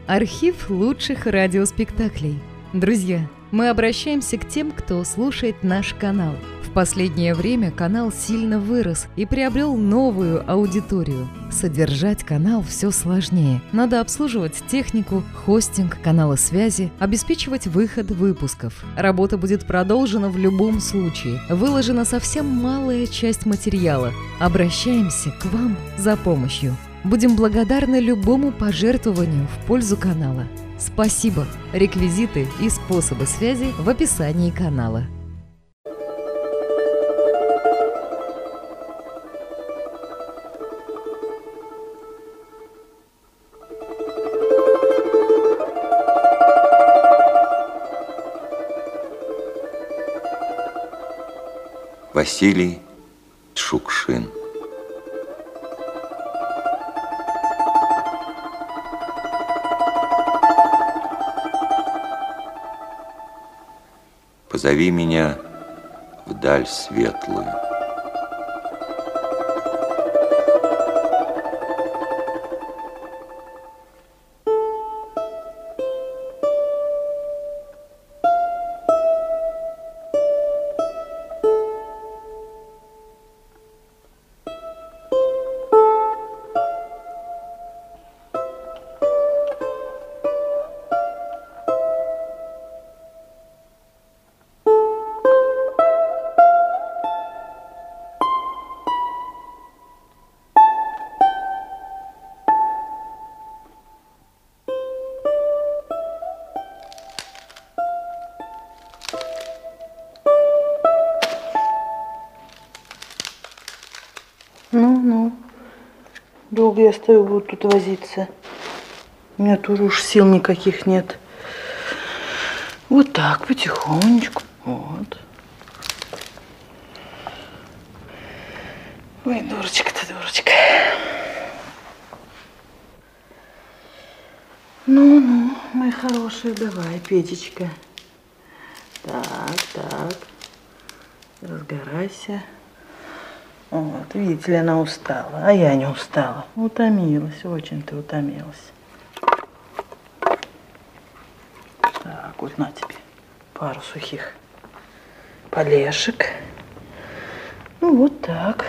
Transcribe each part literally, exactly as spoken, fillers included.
Архив лучших радиоспектаклей. Друзья, мы обращаемся к тем, кто слушает наш канал. В последнее время канал сильно вырос и приобрел новую аудиторию. Содержать канал все сложнее. Надо обслуживать технику, хостинг, каналы связи, обеспечивать выход выпусков. Работа будет продолжена в любом случае. Выложена совсем малая часть материала. Обращаемся к вам за помощью. Будем благодарны любому пожертвованию в пользу канала. Спасибо! Реквизиты и способы связи в описании канала. Василий Шукшин. Позови меня вдаль светлую. Ну-ну, долго я стою, буду тут возиться. У меня тоже уж сил никаких нет. Вот так, потихонечку. Вот. Ой, дурочка ты, дурочка. Ну-ну, мои хорошие, давай, Петечка. Так, так. Разгорайся. Вот, видите ли, она устала, а я не устала. Утомилась, очень ты утомилась. Так, вот на тебе пару сухих полешек. Ну, вот так.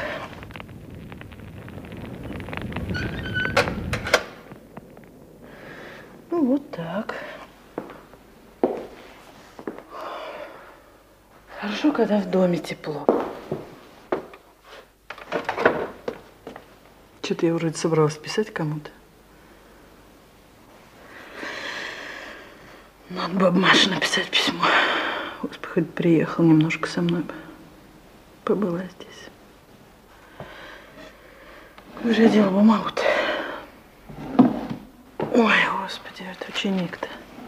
Ну, вот так. Хорошо, когда в доме тепло. Что-то я вроде собралась писать кому-то. Надо бабе Маше написать письмо. Господи, хоть приехал немножко со мной бы. Побыла здесь. Как же я делала бумагу-то? Ой, Господи, это ученик-то.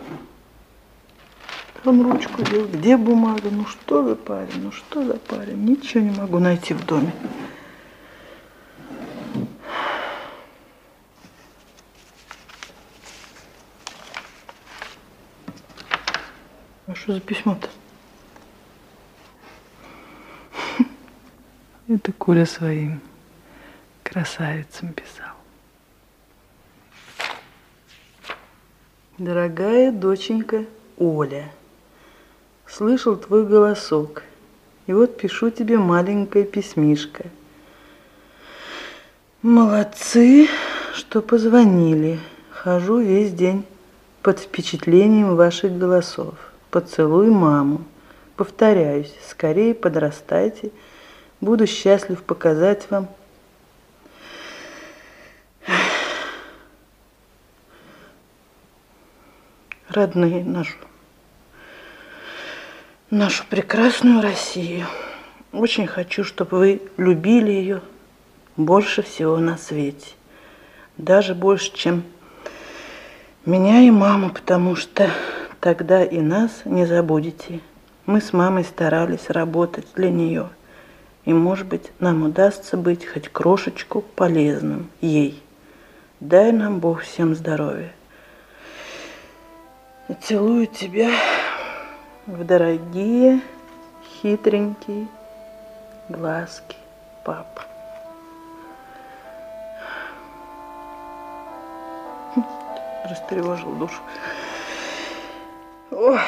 Он ручку делал. Где бумага? Ну что за парень? Ну что за парень? Ничего не могу найти в доме. А что за письмо-то? Это Коля своим красавицам писал. Дорогая доченька Оля, слышал твой голосок, и вот пишу тебе маленькое письмишко. Молодцы, что позвонили. Хожу весь день под впечатлением ваших голосов. Поцелуй маму. Повторяюсь, скорее подрастайте. Буду счастлив показать вам родные нашу, нашу прекрасную Россию. Очень хочу, чтобы вы любили ее больше всего на свете. Даже больше, чем меня и маму, потому что тогда и нас не забудете. Мы с мамой старались работать для нее. И, может быть, нам удастся быть хоть крошечку полезным ей. Дай нам Бог всем здоровья. И целую тебя в дорогие, хитренькие глазки, папа. растревожил душу. Ой.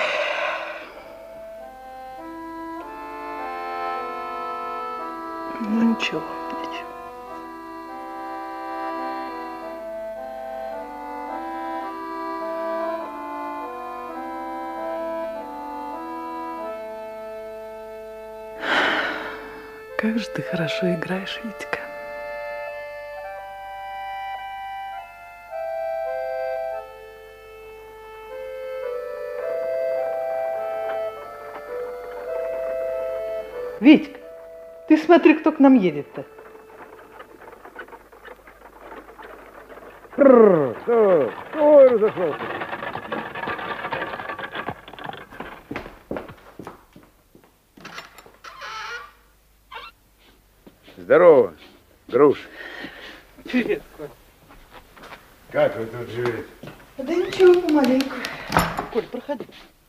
Ну ничего, ничего. Как же ты хорошо играешь, Витька. Витька, ты смотри, кто к нам едет-то. Кто? Ой, разошелся. Здорово, Груш. Привет, Коль. Как вы тут живете? Да ничего, помаленьку. Коль, проходи.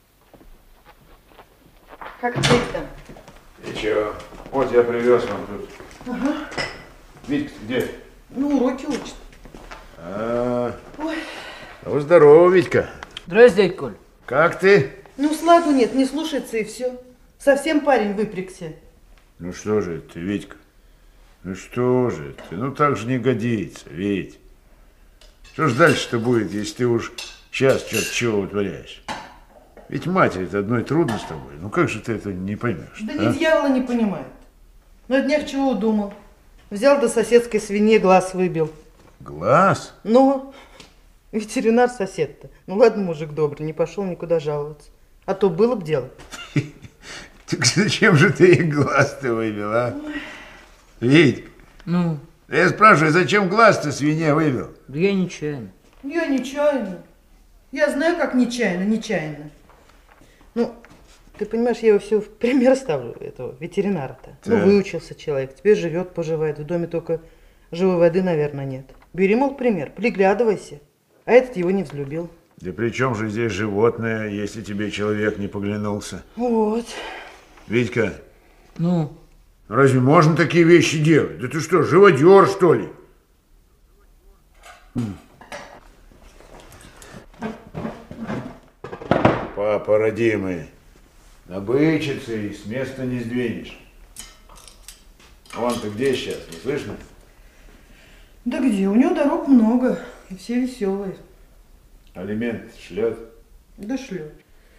Как ты там? Ничего. Вот я привез вам тут. Ага. Витька, ты где? Ну, уроки учат. А, Ой. Ну, здорово, Витька. Здравствуй, дядь Коль. Как ты? Ну, сладу нет, не слушается и все. Совсем парень выпрягся. Ну что же ты, Витька? Ну что же ты? Ну так же не годится, Вить. Что ж дальше-то будет, если ты уж сейчас что-то чего вытворяешь? Ведь матери-то одной трудно с тобой. Ну как же ты это не поймешь? Да а? ни дьявола не понимает. На днях чего удумал? Взял до соседской свиньи, глаз выбил. Глаз? Ну, ветеринар сосед-то. Ну ладно, мужик добрый, не пошел никуда жаловаться. А то было б дело. Так зачем же ты их глаз-то выбил, а? Вить, Ну? Я спрашиваю, зачем глаз-то свинья выбил? Да я нечаянно. Я нечаянно. Я знаю, как нечаянно, нечаянно. Ну, ты понимаешь, я его все в пример ставлю, этого ветеринара-то. Да. Ну, выучился человек, теперь живет, поживает. В доме только живой воды, наверное, нет. Бери, мол, пример, приглядывайся. А этот его не взлюбил. Да при чем же здесь животное, если тебе человек не поглянулся? Вот. Витька, Ну? разве можно такие вещи делать? Да ты что, живодер, что ли? Папа родимый, набычится и с места не сдвинешь. Он-то где сейчас, не слышно? Да где? У него дорог много, и все веселые. Алимент шлет. Да шлет.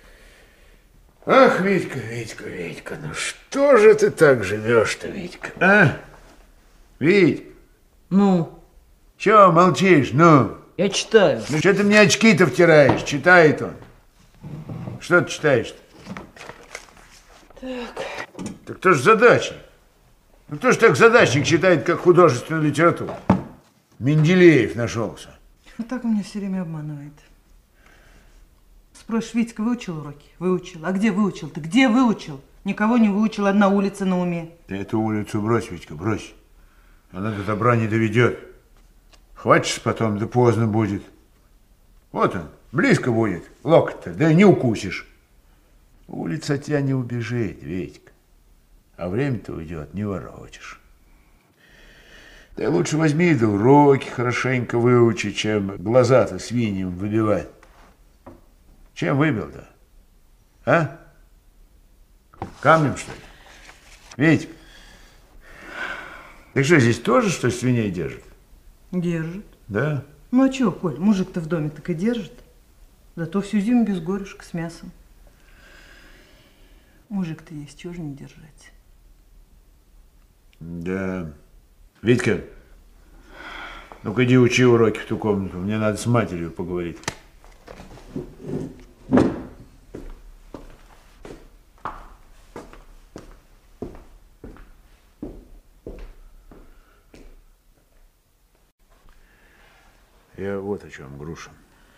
Ах, Витька, Витька, Витька, ну что же ты так живешь-то, Витька, а? Вить, Ну? чё молчишь, ну? Я читаю. Ну что ты мне очки-то втираешь? Читает он. Что ты читаешь-то? Так. Так кто ж задачник? Ну кто ж так задачник читает, как художественную литературу? Менделеев нашелся. Вот так он меня все время обманывает. Спросишь, Витька, выучил уроки? Выучил. А где выучил? Ты где выучил? Никого не выучил, одна улица на уме. Ты эту улицу брось, Витька, брось. Она до добра не доведет. Хватишь потом, да поздно будет. Вот он, близко будет, локоть-то, да не укусишь. Улица от тебя не убежит, Витька. А время-то уйдет, не воротишь. Ты лучше возьми да уроки хорошенько выучи, чем глаза-то свиньям выбивать. Чем выбил-то? А? Камнем, что ли? Витька, ты что, здесь тоже, что ли, свиней держит? Держит. Да? Ну а чего, Коль, мужик-то в доме так и держит. Зато всю зиму без горюшек с мясом. Мужик-то есть, чего же не держать? Да. Витька, ну-ка иди учи уроки в ту комнату. Мне надо с матерью поговорить. Я вот о чем, Груша.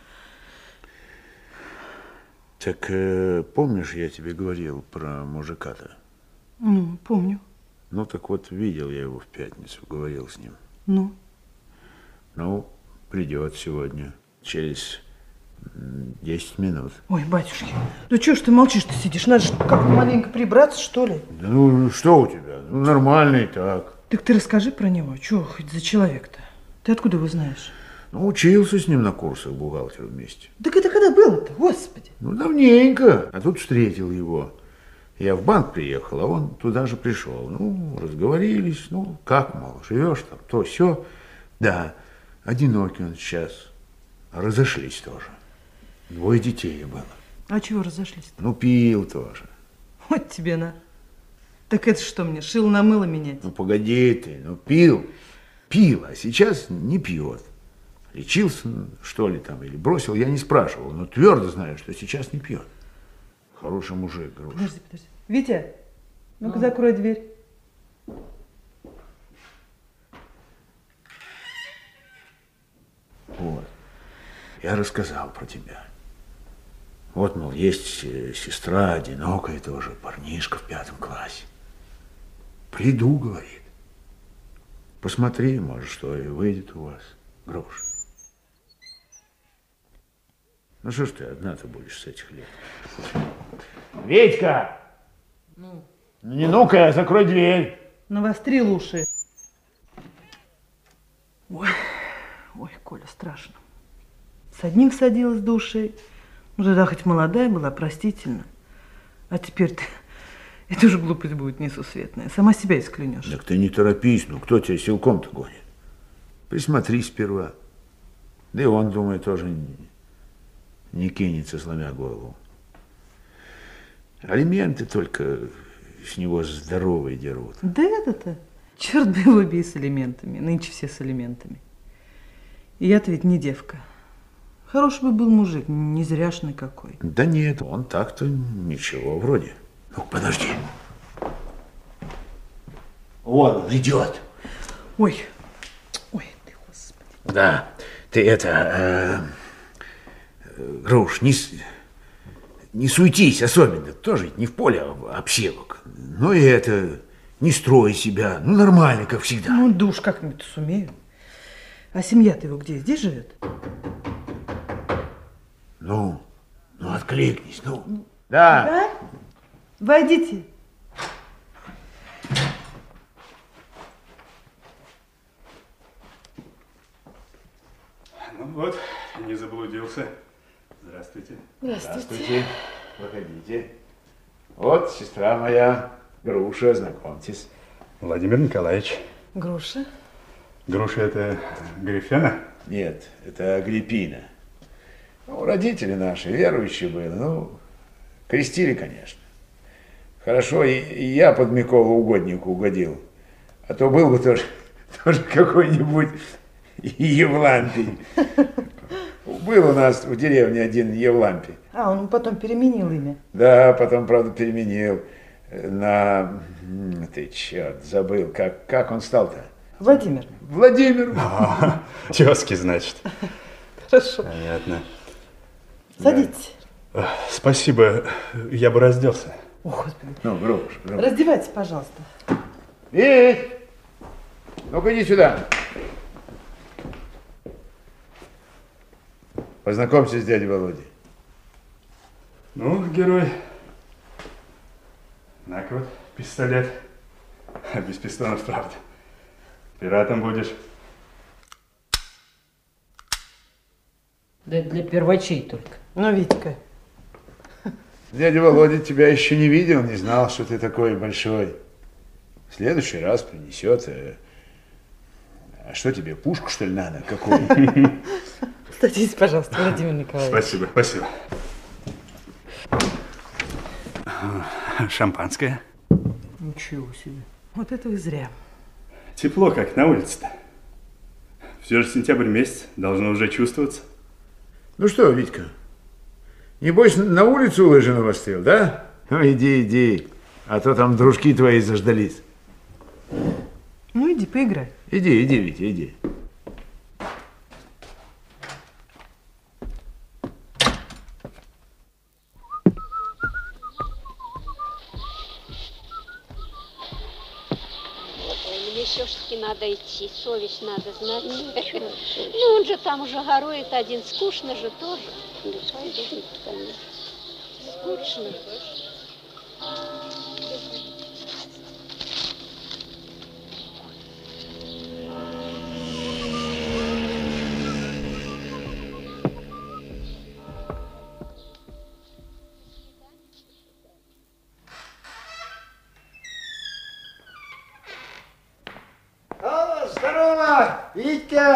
Так э, помнишь, я тебе говорил про мужика-то? Ну, помню. Ну, так вот, видел я его в пятницу, говорил с ним. Ну? Ну, придет сегодня, через десять минут. Ой, батюшки, ну чего ж ты молчишь-то сидишь? Надо же как-то маленько прибраться, что ли? Да ну, что у тебя? Ну, нормальный так. Так ты расскажи про него. Чего хоть за человек-то? Ты откуда его знаешь? Ну, учился с ним на курсах бухгалтера вместе. Так это когда было-то, господи? Ну, давненько. А тут встретил его. Я в банк приехал, а он туда же пришел. Ну, разговорились. Ну, как, мол, живешь там, то, сё. Да, одинокий он сейчас. Разошлись тоже. Двое детей было. А чего разошлись-то? Ну, пил тоже. Вот тебе на. Так это что мне, шил на мыло менять? Ну, погоди ты, ну, пил. Пил, а сейчас не пьет. Лечился, что ли, там, или бросил, я не спрашивал, но твердо знаю, что сейчас не пьет. Хороший мужик, Груша. Подожди, подожди. Витя, ну-ка закрой дверь. Вот. Я рассказал про тебя. Вот, мол, есть э, сестра одинокая тоже, парнишка в пятом классе. Приду, говорит. Посмотри, может, что и выйдет у вас, Груша. Ну что ж ты одна-то будешь с этих лет? Витька! Ну? Ну не ну-ка, закрой дверь. Навострил уши. Ой, ой, Коля, страшно. С одним садилась до ушей. Ну, тогда хоть молодая была, простительно. А теперь ты... Это уже глупость будет несусветная. Сама себя исклянешь. Так ты не торопись, ну кто тебя силком-то гонит? Присмотрись сперва. Да и он, думаю, тоже не, не кинется, сломя голову. Алименты только с него здоровые дерут. Да это-то. Черт бы его бей с элементами. Нынче все с элементами. И я-то ведь не девка. Хороший бы был мужик, не зряшный какой. Да нет, он так-то ничего вроде. Ну, подожди. Вон он идет. Ой, ой, ты, господи. Да, ты это, э, э, Груш, не, с- не суетись особенно. Тоже не в поле, а в общевок. Ну и это, не строй себя. Ну, нормально, как всегда. Ну, душ как-нибудь сумею. А семья-то его где? Здесь живет? Ну, ну, откликнись, ну. Да. Да? Войдите. Ну вот, не заблудился. Здравствуйте. Здравствуйте. Проходите. Вот сестра моя, Груша, знакомьтесь. Владимир Николаевич. Груша. Груша это Грифяна? Нет, это Агриппина. Ну, родители наши верующие были, ну, крестили, конечно. Хорошо, и, и я под Миколу угоднику угодил. А то был бы тоже, тоже какой-нибудь Евлампий. Был у нас в деревне один Евлампий. А, он потом переменил имя. Да, потом, правда, переменил на... Ты черт, забыл, как, как он стал-то? Владимир. Владимир. А, тезки, значит. Хорошо. Понятно. Садитесь. Спасибо, я бы разделся. О, Господи. Ну, Груш, Груш. Раздевайтесь, пожалуйста. Вить, ну-ка иди сюда. Познакомься с дядей Володей. Ну, герой. На-ка вот, пистолет. Без пистонов, правда. Пиратом будешь. Да это для первачей только. Ну, Витька. Дядя Володя тебя еще не видел, не знал, что ты такой большой. В следующий раз принесет. э, А что тебе, пушку, что ли, надо? Какую? Садитесь, пожалуйста, Владимир Николаевич. Спасибо, спасибо. Шампанское. Ничего себе. Вот это вы зря. Тепло как на улице-то. Все же сентябрь месяц, должно уже чувствоваться. Ну что, Витька, небось на улицу лыжи навострил, да? Ну иди, иди, а то там дружки твои заждались. Ну, иди, поиграй. Иди, иди, Витя, иди. Мне все-таки надо идти, совесть надо знать. Ну, он же там уже горует один, скучно же тоже. Скучно.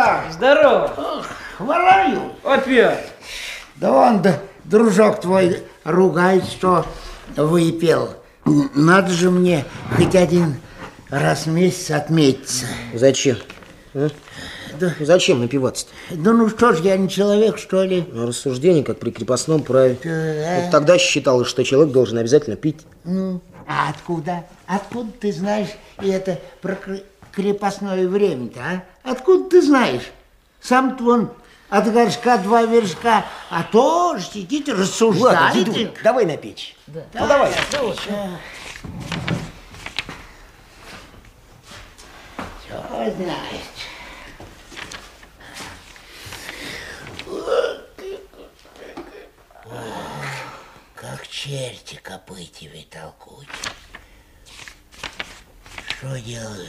Здорово! Здорово! Ох, хвораю. Опять! Да он, да, дружок твой ругает, что выпил. Надо же мне хоть один раз в месяц отметиться. Зачем? А? Да. Зачем напиваться-то? Да ну что ж, я не человек, что ли? Ну, рассуждение, как при крепостном праве. Да. Вот тогда считалось, что человек должен обязательно пить. Ну, а откуда? Откуда ты знаешь и это про крепостное время-то, а? Откуда ты знаешь? Сам-то вон от горшка два вершка, а то сидите, рассуждаете. Ладно, дедуль, давай на печь. Да. Ну, да, давай. Да, все знаешь. Как черти копытьями толкут. Что делают?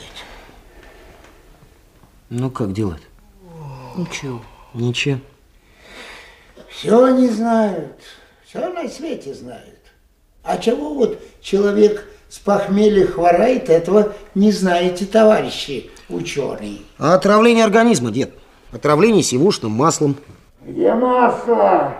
Ну, как делать? Ничего. Ничего. Все не знают, все на свете знают. А чего вот человек с похмелья хворает, этого не знаете, товарищи ученые. А отравление организма, дед? Отравление сивушным маслом. Где масло?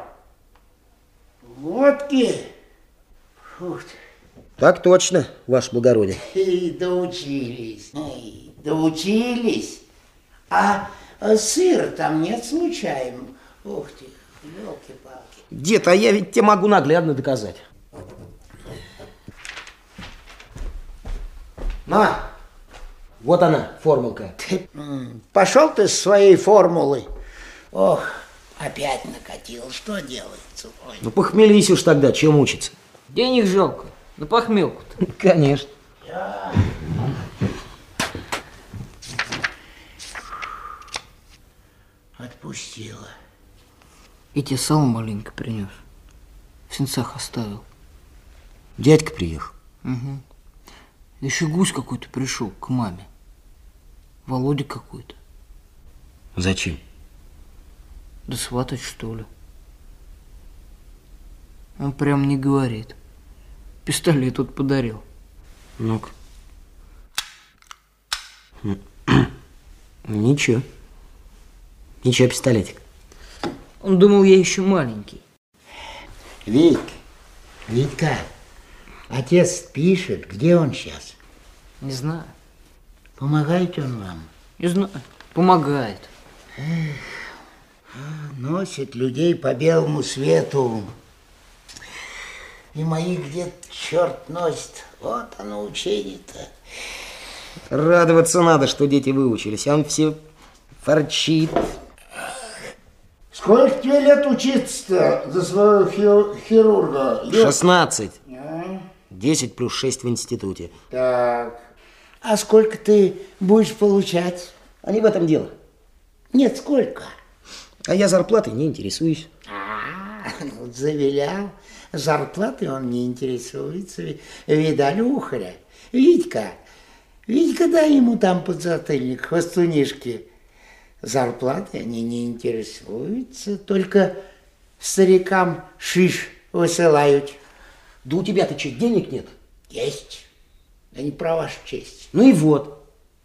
Водки? Фу. Так точно, ваше благородие. И доучились, и доучились. А, а сыра там нет случайно? Ух ты, елки-палки. Дед, а я ведь тебе могу наглядно доказать. На, вот она, формулка. Ты, пошел ты с своей формулы. Ох, опять накатил, что делается? Ой. Ну, похмелись уж тогда, чем мучиться? Денег жалко. На похмелку-то. Конечно. Я... Отпустила. И тебе сало маленько принес. В сенцах оставил. Дядька приехал. Угу. Еще гусь какой-то пришел к маме. Володя какой-то. Зачем? Да сватать, что ли. Он прям не говорит. Пистолет тут подарил. Ну-ка. Ничего. Ничего, пистолетик. Он думал, я еще маленький. Витька, Витька, отец пишет, где он сейчас? Не знаю. Помогает он вам? Не знаю. Помогает. Эх, носит людей по белому свету. И моих где-то черт носит. Вот оно учение-то. Радоваться надо, что дети выучились. А он все форчит. Сколько тебе лет учиться-то за своего хир хирурга? шестнадцать. А? десять плюс шесть в институте. Так. А сколько ты будешь получать? А не в этом дело. Нет, сколько? А я зарплатой не интересуюсь. А, ну, завилял. Зарплатой он не интересуется. Видали ухаря? Витька, Витька, дай ему там подзатыльник, хвостунишки. Зарплаты они не интересуются, только старикам шиш высылают. Да у тебя-то что, денег нет? Есть. Да не про вашу честь. Ну и вот.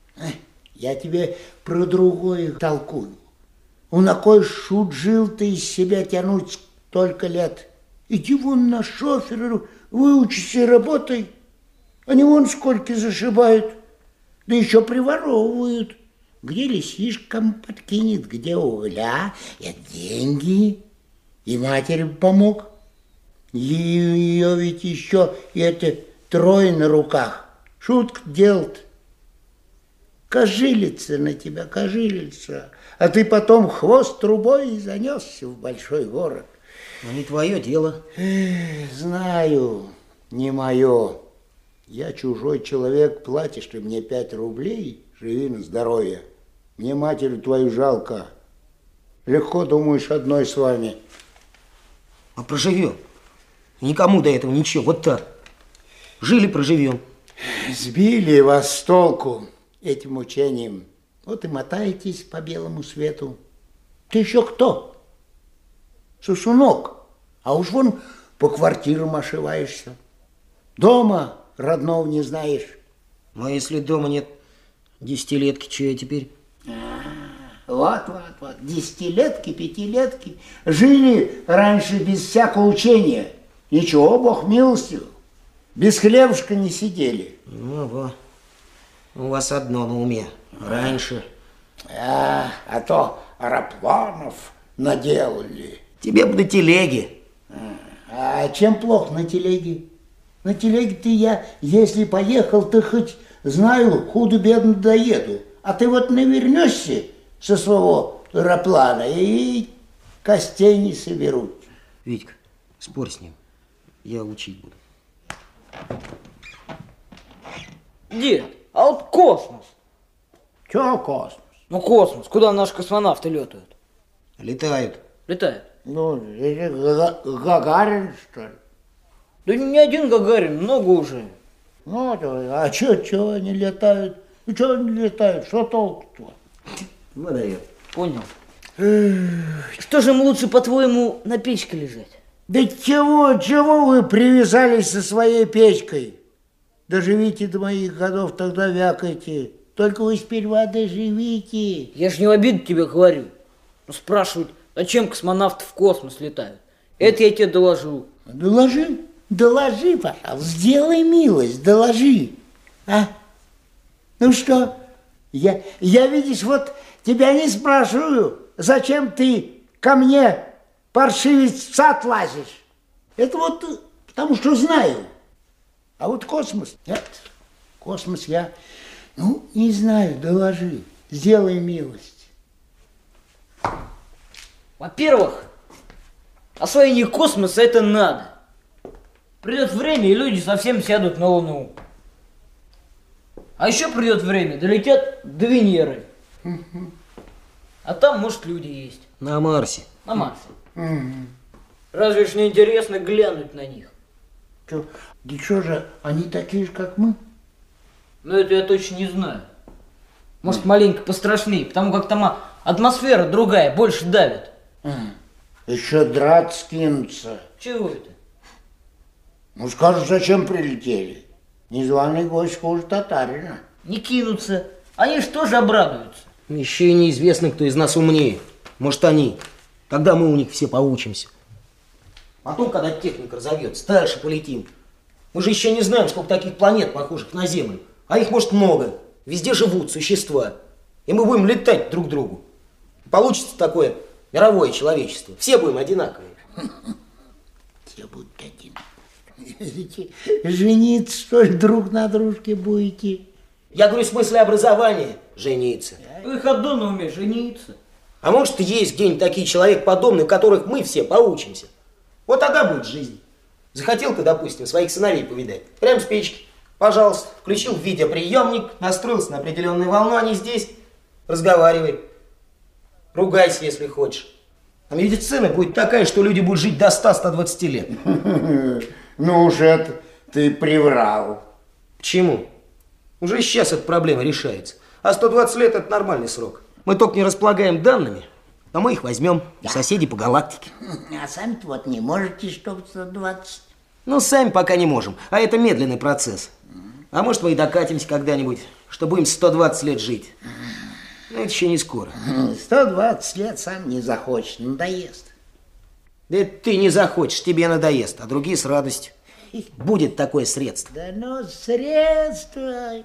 Я тебе про другое толкую. У на кой шут жил ты из себя тянуть столько лет? Иди вон на шофера, выучись и работай. Они вон сколько зашибают, да еще приворовывают. Где лисишкам подкинет, где угля, и деньги. И матери помог. Ее ведь еще и это трое на руках. Шутка делает. Кожилица на тебя, кожилица. А ты потом хвост трубой и занесся в большой город. Но не твое дело. Эх, знаю, не мое. Я чужой человек, платишь ты мне пять рублей, живи на здоровье. Мне матерь твою жалко. Легко, думаешь, одной с вами. А проживем. Никому до этого ничего. Вот так. Жили, проживем. Сбили вас с толку этим учением. Вот и мотаетесь по белому свету. Ты еще кто? Сосунок. А уж вон по квартирам ошиваешься. Дома родного не знаешь. Ну, а если дома нет десятилетки, что я теперь? А, Вот, вот, вот. Десятилетки, пятилетки. Жили раньше без всякого учения. Ничего, Бог милостив. Без хлебушка не сидели. Ну, вот. У вас одно на уме. Раньше. А, а то аэропланов наделали. Тебе бы до телеги. А чем плохо на телеге? На телеге-то я, если поехал, то хоть знаю, худо-бедно доеду. А ты вот навернешься со своего аэроплана и костей не соберут. Витька, спорь с ним. Я учить буду. Дед, а вот космос. Чего космос? Ну космос, куда наши космонавты летают? Летают. Летают. Ну, это Гагарин, что ли? Да не один Гагарин, много уже. Ну, а что, что они летают? Ну, что они летают? Что толку-то? Выдает. Понял. Что же им лучше, по-твоему, на печке лежать? Да чего, чего вы привязались со своей печкой? Доживите до моих годов, тогда вякайте. Только вы сперва доживите. Я ж не в обиду тебе говорю. Ну, спрашивают, зачем космонавты в космос летают? Это я тебе доложу. Доложи, доложи, пожалуйста. Сделай милость, доложи. А? Ну что, я, я, видишь, вот тебя не спрашиваю, зачем ты ко мне, паршивец, в сад лазишь. Это вот потому что знаю. А вот космос, нет, космос я, ну, не знаю, доложи, сделай милость. Во-первых, освоение космоса это надо. Придет время, и люди совсем сядут на Луну. А еще придет время, долетят до Венеры. Угу. А там, может, люди есть. На Марсе. На Марсе. Угу. Разве ж не интересно глянуть на них? Что? Да что же, они такие же, как мы? Ну, это я точно не знаю. Может, маленько пострашнее, потому как там атмосфера другая, больше давит. Угу. Еще драться кинутся. Чего это? Ну, скажут, зачем прилетели? Незваный гость хуже татарина. Не кинутся. Они ж тоже обрадуются. Еще и неизвестно, кто из нас умнее. Может, они. Тогда мы у них все поучимся. Потом, когда техника разовьется, дальше полетим. Мы же еще не знаем, сколько таких планет, похожих на Землю. А их, может, много. Везде живут существа. И мы будем летать друг к другу. Получится такое мировое человечество. Все будем одинаковые. Все будут одинаковые. Жениться, что ли, друг на дружке будете? Я говорю, в смысле образования жениться. Их одно на уме, жениться. А может, есть где-нибудь такие человекоподобные, в которых мы все поучимся. Вот тогда будет жизнь. Захотел ты, допустим, своих сыновей повидать. Прямо с печки. Пожалуйста, включил видеоприемник, настроился на определенную волну, они здесь. Разговаривай. Ругайся, если хочешь. А медицина будет такая, что люди будут жить до ста-ста двадцати лет. Ну уж это ты приврал. Почему? Уже сейчас эта проблема решается. А сто двадцать лет это нормальный срок. Мы только не располагаем данными, но мы их возьмем у соседей по галактике. А сами-то вот не можете, чтобы сто двадцать. Ну, сами пока не можем, а это медленный процесс. А может, мы и докатимся когда-нибудь, что будем сто двадцать лет жить. Но это еще не скоро. сто двадцать лет сам не захочешь, надоест. Да это ты не захочешь, тебе надоест, а другие с радостью. Будет такое средство. Да ну, средство.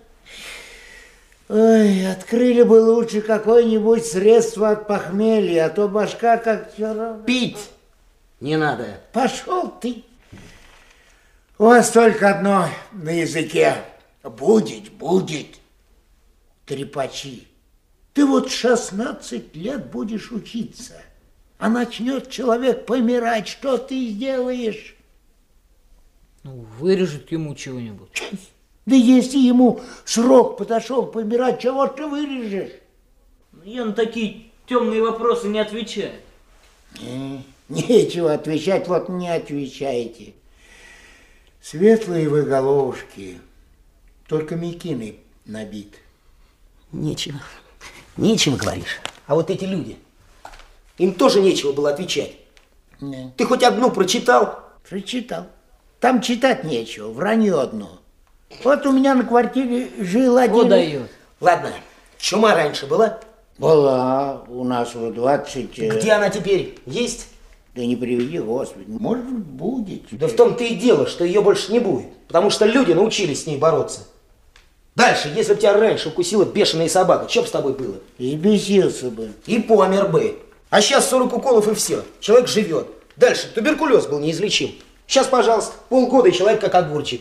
Ой, открыли бы лучше какое-нибудь средство от похмелья, а то башка как вчера. Пить не надо. Пошел ты. У вас только одно на языке. Будет, будет. Трепачи. Ты вот шестнадцать лет будешь учиться, а начнет человек помирать, что ты сделаешь? Ну, вырежет ему чего-нибудь. Да если ему срок подошел помирать, чего ты вырежешь? Я на такие темные вопросы не отвечаю. Не, нечего отвечать, вот не отвечаете. Светлые вы головушки, только мекиной набит. Нечего. Нечего, говоришь. А вот эти люди, им тоже нечего было отвечать. Не. Ты хоть одну прочитал? Прочитал. Там читать нечего, вранье одно. Вот у меня на квартире жил один... Вот дает. Ладно, чума раньше была? Была у нас в двадцать... Где она теперь? Есть? Да не приведи, Господи. Может, будет. Да в том-то и дело, что ее больше не будет. Потому что люди научились с ней бороться. Дальше, если бы тебя раньше укусила бешеная собака, что бы с тобой было? Избесился бы. И помер бы. А сейчас сорок уколов и все. Человек живет. Дальше, туберкулез был неизлечим. Сейчас, пожалуйста, полгода и человек как огурчик.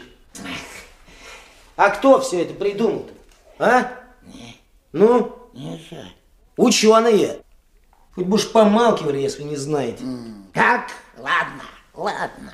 А кто все это придумал-то? А? Не. Ну? Не знаю. Ученые. Хоть бы уж помалкивали, если не знаете. Так, ладно, ладно.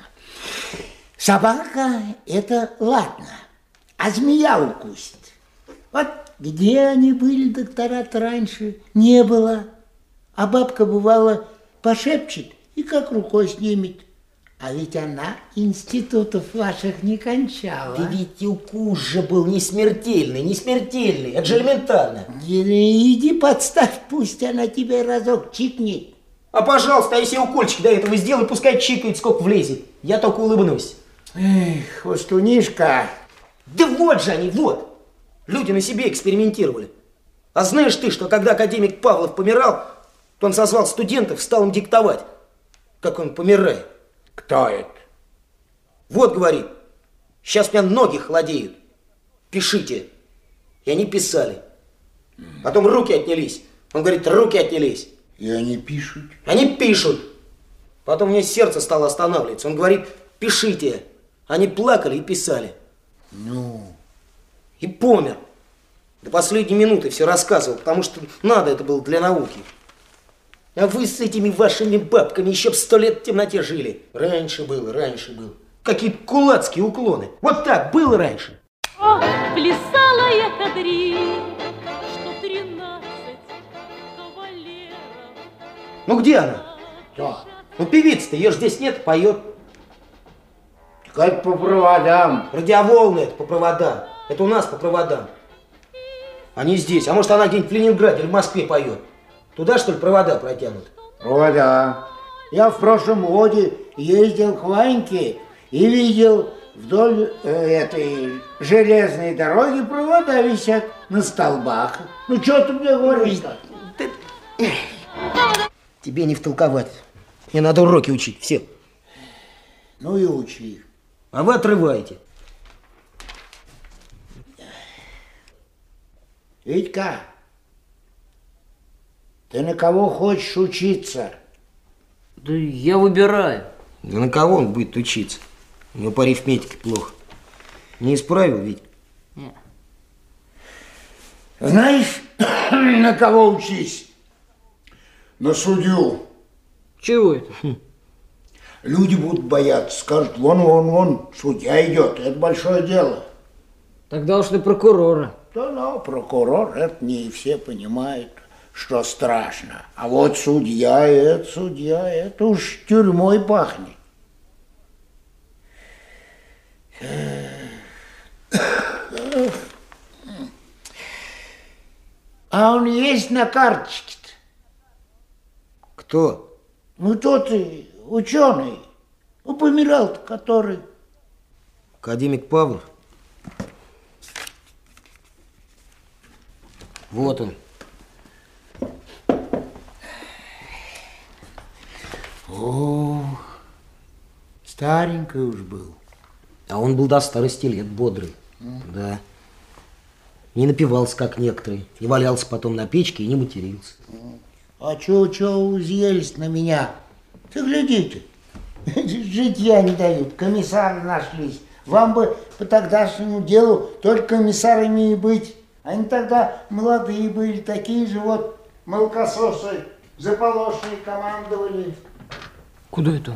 Собака – это ладно. А змея укусит. Вот где они были, доктора-то, раньше? Не было. А бабка, бывало, пошепчет и как рукой снимет. А ведь она институтов ваших не кончала. Да ведь укус же был не смертельный, не смертельный. Это же элементарно. Иди подставь, пусть она тебе разок чикнет. А пожалуйста, а если укольчик до этого сделай, пускай чикает, сколько влезет. Я только улыбнусь. Эх, хвостунишка. Да вот же они, вот. Люди на себе экспериментировали. А знаешь ты, что когда академик Павлов помирал, то он созвал студентов, стал им диктовать, как он помирает. Кто это? Вот, говорит, сейчас у меня ноги холодеют. Пишите. И они писали. Потом руки отнялись. Он говорит, руки отнялись. И они пишут? Они пишут. Потом у меня сердце стало останавливаться. Он говорит, пишите. Они плакали и писали. Ну? И помер. До последней минуты все рассказывал, потому что надо это было для науки. А вы с этими вашими бабками еще б сто лет в темноте жили. Раньше было, раньше было. Какие кулацкие уклоны. Вот так было раньше. О, плясала я кадриль, что тринадцать кавалеров. Ну где она? Кто? Ну певица-то, ее ж здесь нет, поет. Как по проводам. Радиоволны это по проводам. Это у нас по проводам. Они здесь. А может она где-нибудь в Ленинграде или в Москве поет. Туда, что ли, провода протянут? Провода. Я в прошлом годе ездил к Ваньке и видел вдоль э, этой железной дороги провода висят на столбах. Ну, что ты мне говоришь-то? Тебе не втолковать. Мне надо уроки учить, все. Ну и учи. А вы отрываете. Витька, ты на кого хочешь учиться? Да я выбираю. Да на кого он будет учиться? У него по арифметике плохо. Не исправил ведь? Нет. Знаешь, на кого учись? На судью. Чего это? Люди будут бояться, скажут, вон, вон, вон, судья идет, это большое дело. Тогда уж на прокурора. Да, но прокурор, это не все понимают, что страшно. А вот судья, это судья, это уж тюрьмой пахнет. А он есть на карточке-то? Кто? Ну, тот ученый, ну, помирал-то, который. Академик Павлов? Вот он. О, старенький уж был. А он был до старости лет бодрый. Mm. Да. Не напивался, как некоторые. И валялся потом на печке и не матерился. Mm. А чё, чё узъелись на меня? Ты глядите, житья не дают, комиссары нашлись. Вам бы по тогдашнему делу только комиссарами и быть. Они тогда молодые были, такие же вот молокососы, заполошные командовали. Куда это он?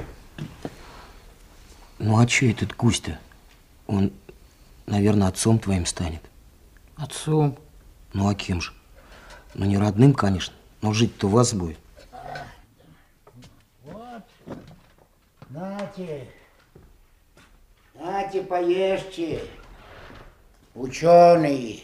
Ну а че этот Кузя-то? Он, наверное, отцом твоим станет. Отцом? Ну а кем же? Ну не родным, конечно, но жить-то у вас будет. Вот, нате, нате, поешьте, ученые.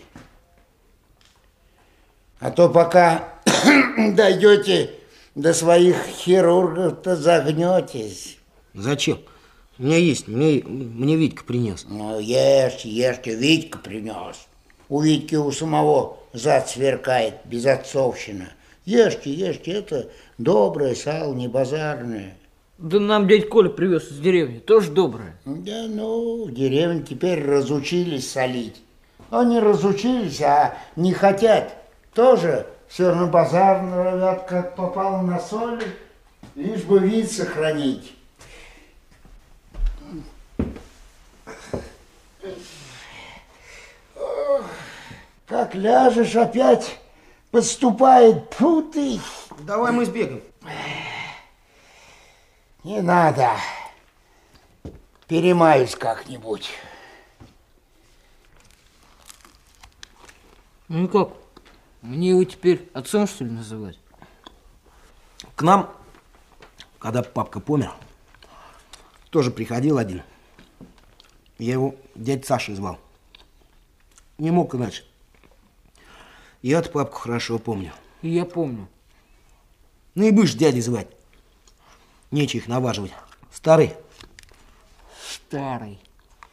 А то пока дойдете до своих хирургов-то загнетесь. Зачем? У меня есть, мне, мне Витька принес. Ну, ешьте, ешьте, Витька принес. У Витьки у самого зад сверкает, безотцовщина. Ешьте, ешьте, это доброе сало, не базарное. Да нам дядь Коля привез из деревни, тоже доброе. Да ну, в деревне теперь разучились солить. Но не разучились, а не хотят. Тоже все на базар норовят, как попало на соль, лишь бы вид сохранить. Ох, как ляжешь, опять подступает, фу ты. Давай мы сбегаем. Не надо. Перемаюсь как-нибудь. Ну и как? Мне его теперь отцом, что ли, называть? К нам, когда папка помер, тоже приходил один. Я его дядь Саша звал. Не мог иначе. Я-то папку хорошо помню. И я помню. Ну и будешь дядей звать. Нечего их наваживать. Старый. Старый.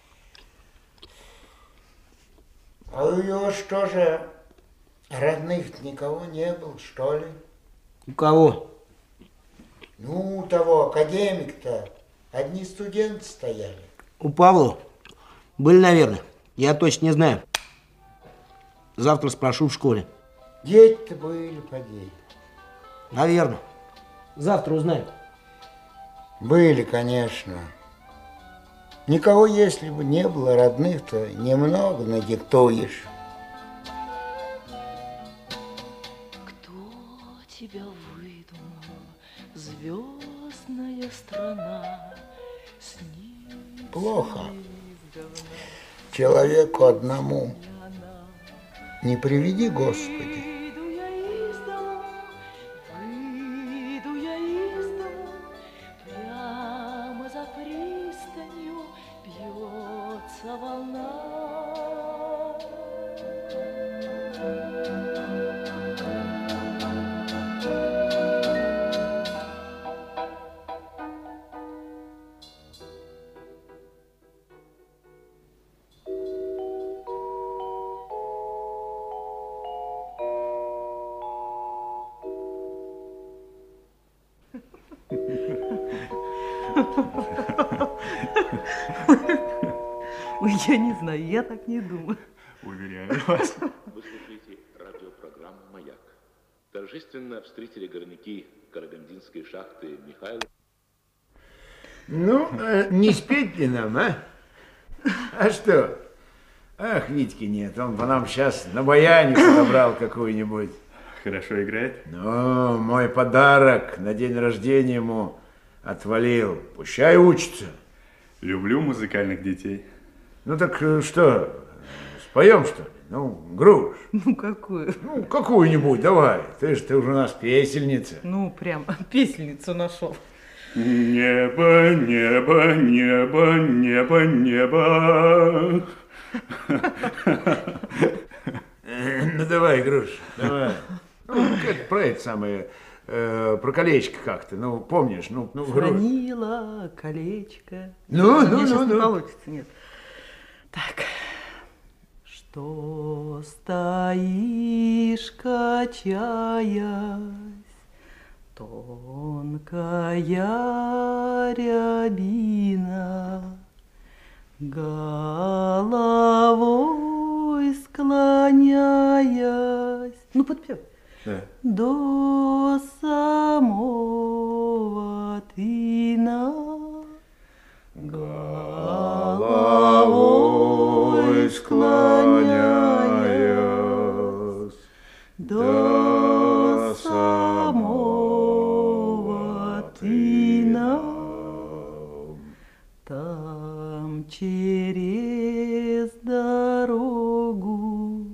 А у него что же, родных никого не было, что ли? У кого? Ну, у того академика-то одни студенты стояли. У Павла были, наверное. Я точно не знаю. Завтра спрошу в школе. Дети-то были, поди. Наверное. Завтра узнаю. Были, конечно. Никого, если бы не было родных-то, немного надиктуешь. Кто тебя выдумал, звездная страна? Снится Плохо. издавна. Человеку одному. Не приведи, Господи. Выйду я из дому, выйду я из дому, прямо за пристанью бьется волна. Ой, я не знаю, я так не думаю. Уверяю вас. Вы слушаете радиопрограмму «Маяк». Торжественно встретили горняки Карагандинской шахты Михаила. Ну, э, не спеть ли нам, а? А что? Ах, Витьки нет, он по нам сейчас на баяне подобрал какую-нибудь. Хорошо играет? Ну, мой подарок на день рождения ему отвалил. Пущай учится. Люблю музыкальных детей. Ну так что, споем, что ли? Ну, груш. Ну, какую? Ну, какую-нибудь, давай. Ты же ты уже у нас песельница. Ну, прям песельницу нашел. Небо, небо, небо, небо, небо. Ну, давай, груш, давай. Ну, как про это самое, э, про колечко как-то, ну, помнишь, ну, ну, груш. Хранила колечко. Ну, Нет, ну, мне ну, сейчас ну. не получится, нет. Так. Что стоишь, качаясь, тонкая рябина, головой склоняясь. Ну, подпевай. Да. До самого тына. Головой склоняясь до самого тына, там через дорогу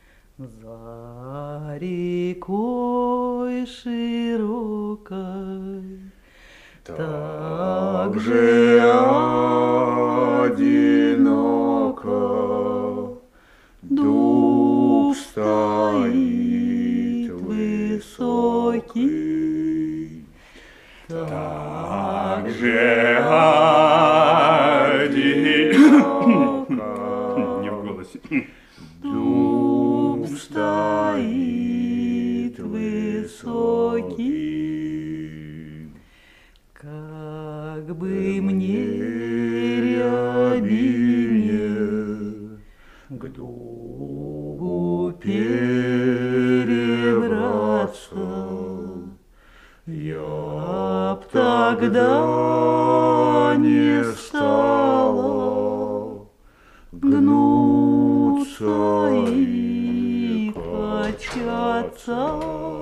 за рекой широкой так же одиноко дуб стоит высокий, так же одиноко Не в голосе. дуб как бы мне рябине к другу перебраться, я б тогда не стала гнуться и качаться.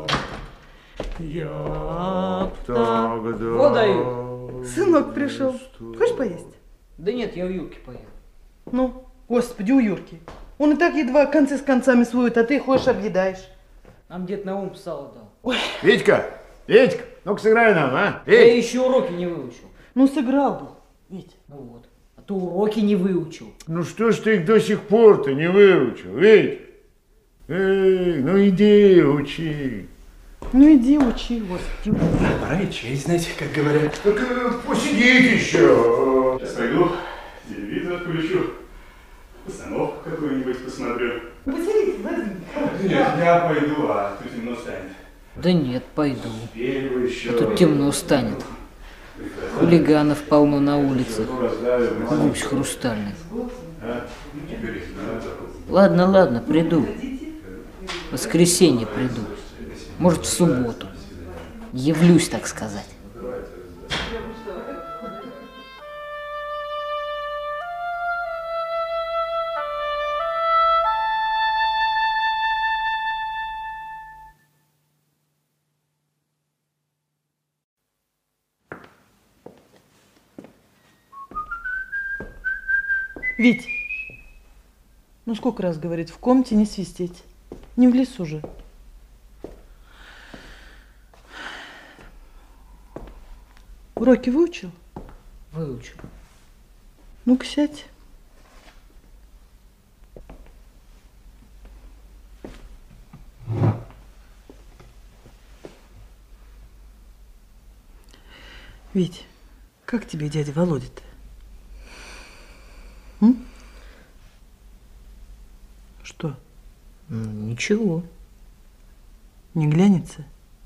Я б тогда... Вот даю. Сынок пришел. Хочешь поесть? Да нет, я у Юрки поел. Ну, господи, у Юрки. Он и так едва концы с концами сводит, а ты ходишь объедаешь. Нам дед Наум сало дал. Ой. Витька, Витька, ну-ка сыграй нам, а? Я Вить. еще уроки не выучил. Ну, сыграл бы, Вить. Ну вот. А то уроки не выучил. Ну что ж ты их до сих пор-то не выучил, Вить? Эй, ну иди, учи. Ну иди учи, господи. Пора и честь знать, как говорят. Так посидите еще. Сейчас пойду, телевизор включу, постановку какую-нибудь посмотрю. Посидите, Владимир. Нет, я пойду, а тут темно станет. Да нет, пойду. Еще. А тут темно станет. Хулиганов полно на улице. Гусь хрустальный. Ладно, ладно, приду. В воскресенье приду. Может, в субботу. Явлюсь, так сказать. Вить, ну сколько раз говорит, в комнате не свистеть. Не в лесу же. Уроки выучил? Выучил. Ну-ка сядь. Вить, как тебе дядя Володя-то? М? Что? Ну, ничего. Не глянется?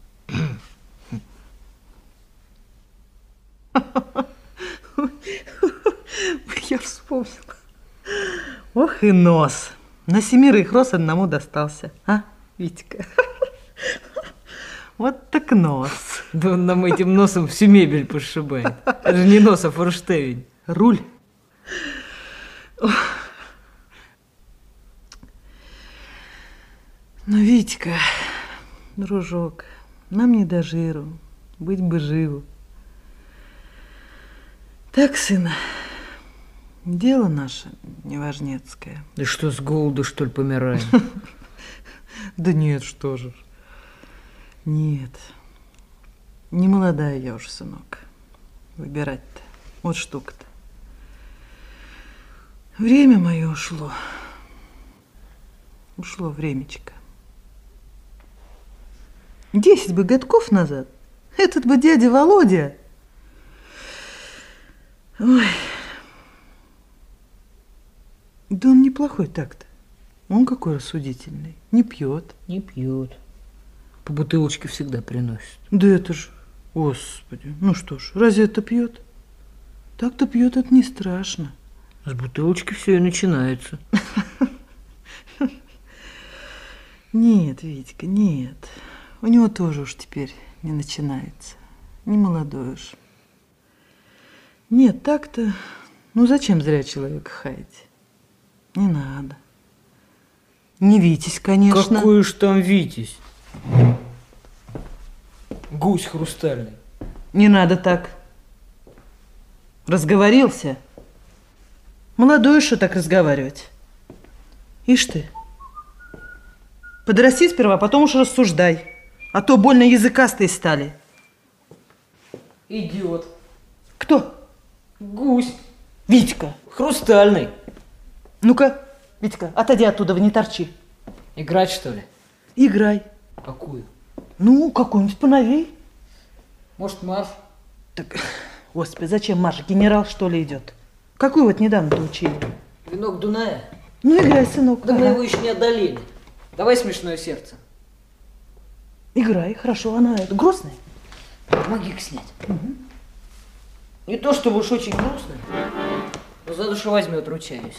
Я вспомнила. Ох и нос. На семерых рос, одному достался. А, Витька? Вот так нос. Да он нам этим носом всю мебель пошибает. Это же не нос, а форштевень. Руль. Ну, Витька, дружок, нам не до жиру, быть бы живу. Так, сына, дело наше неважнецкое. Да что, с голоду, что ли, помираем? Да нет, что же. Нет, не молодая я уж, сынок. Выбирать-то, вот штука-то. Время мое ушло. Ушло времечко. Десять бы годков назад этот бы дядя Володя... Ой. Да он неплохой так-то. Он какой рассудительный. Не пьет. Не пьет. По бутылочке всегда приносит. Да это же... Господи. Ну что ж, разве это пьет? Так-то пьет, это не страшно. С бутылочки все и начинается. Нет, Витька, нет. У него тоже уж теперь не начинается. Не молодой уж. Нет, так-то... Ну, зачем зря человека хаять? Не надо. Не Витязь, конечно. Какой уж там Витязь? Гусь хрустальный. Не надо так. Разговорился? Молодой еще так разговаривать. Ишь ты. Подрасти сперва, потом уж рассуждай. А то больно языкастые стали. Идиот. Кто? Гусь. Витька. Хрустальный. Ну-ка, Витька, отойди оттуда, не торчи. Играть, что ли? Играй. Какую? Ну, какую-нибудь поновей. Может, марш? Так, господи, зачем марш? Генерал, что ли, идет? Какую вот недавно-то учили? Венок Дуная? Ну, играй, сынок. Да ага. мы его еще не одолели. Давай смешное сердце. Играй, хорошо. Она это, грустная? Помоги-ка снять. Угу. Не то чтобы уж очень грустно, но за душу возьмет, ручаюсь.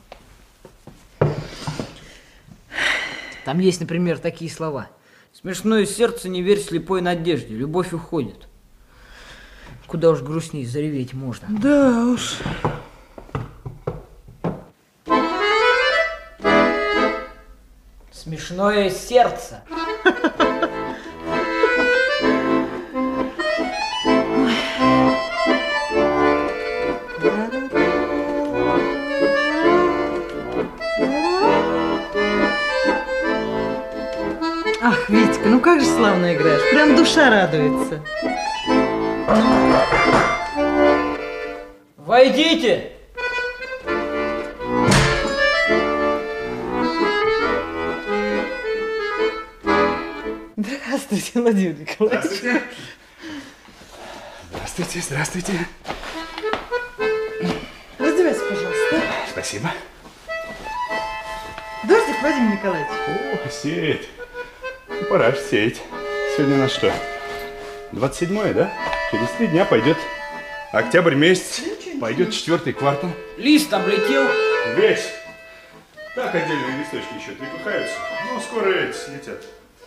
Там есть, например, такие слова. Смешное сердце, не верь слепой надежде, любовь уходит. Куда уж грустнее, зареветь можно. Да уж. Смешное сердце. Ах, Витька, ну как же славно играешь. Прям душа радуется. Войдите! Здравствуйте, Владимир Николаевич. Здравствуйте. Здравствуйте, здравствуйте. Раздевайся, пожалуйста. Спасибо. Дождик, Владимир Николаевич. О, сеять. Ну, пора же сеять. Сегодня на что? двадцать седьмое, да? Через три дня пойдет октябрь месяц. Пойдет четвертый квартал. Лист облетел. Весь. Так отдельные листочки еще трепыхаются. Ну, скоро эти слетят.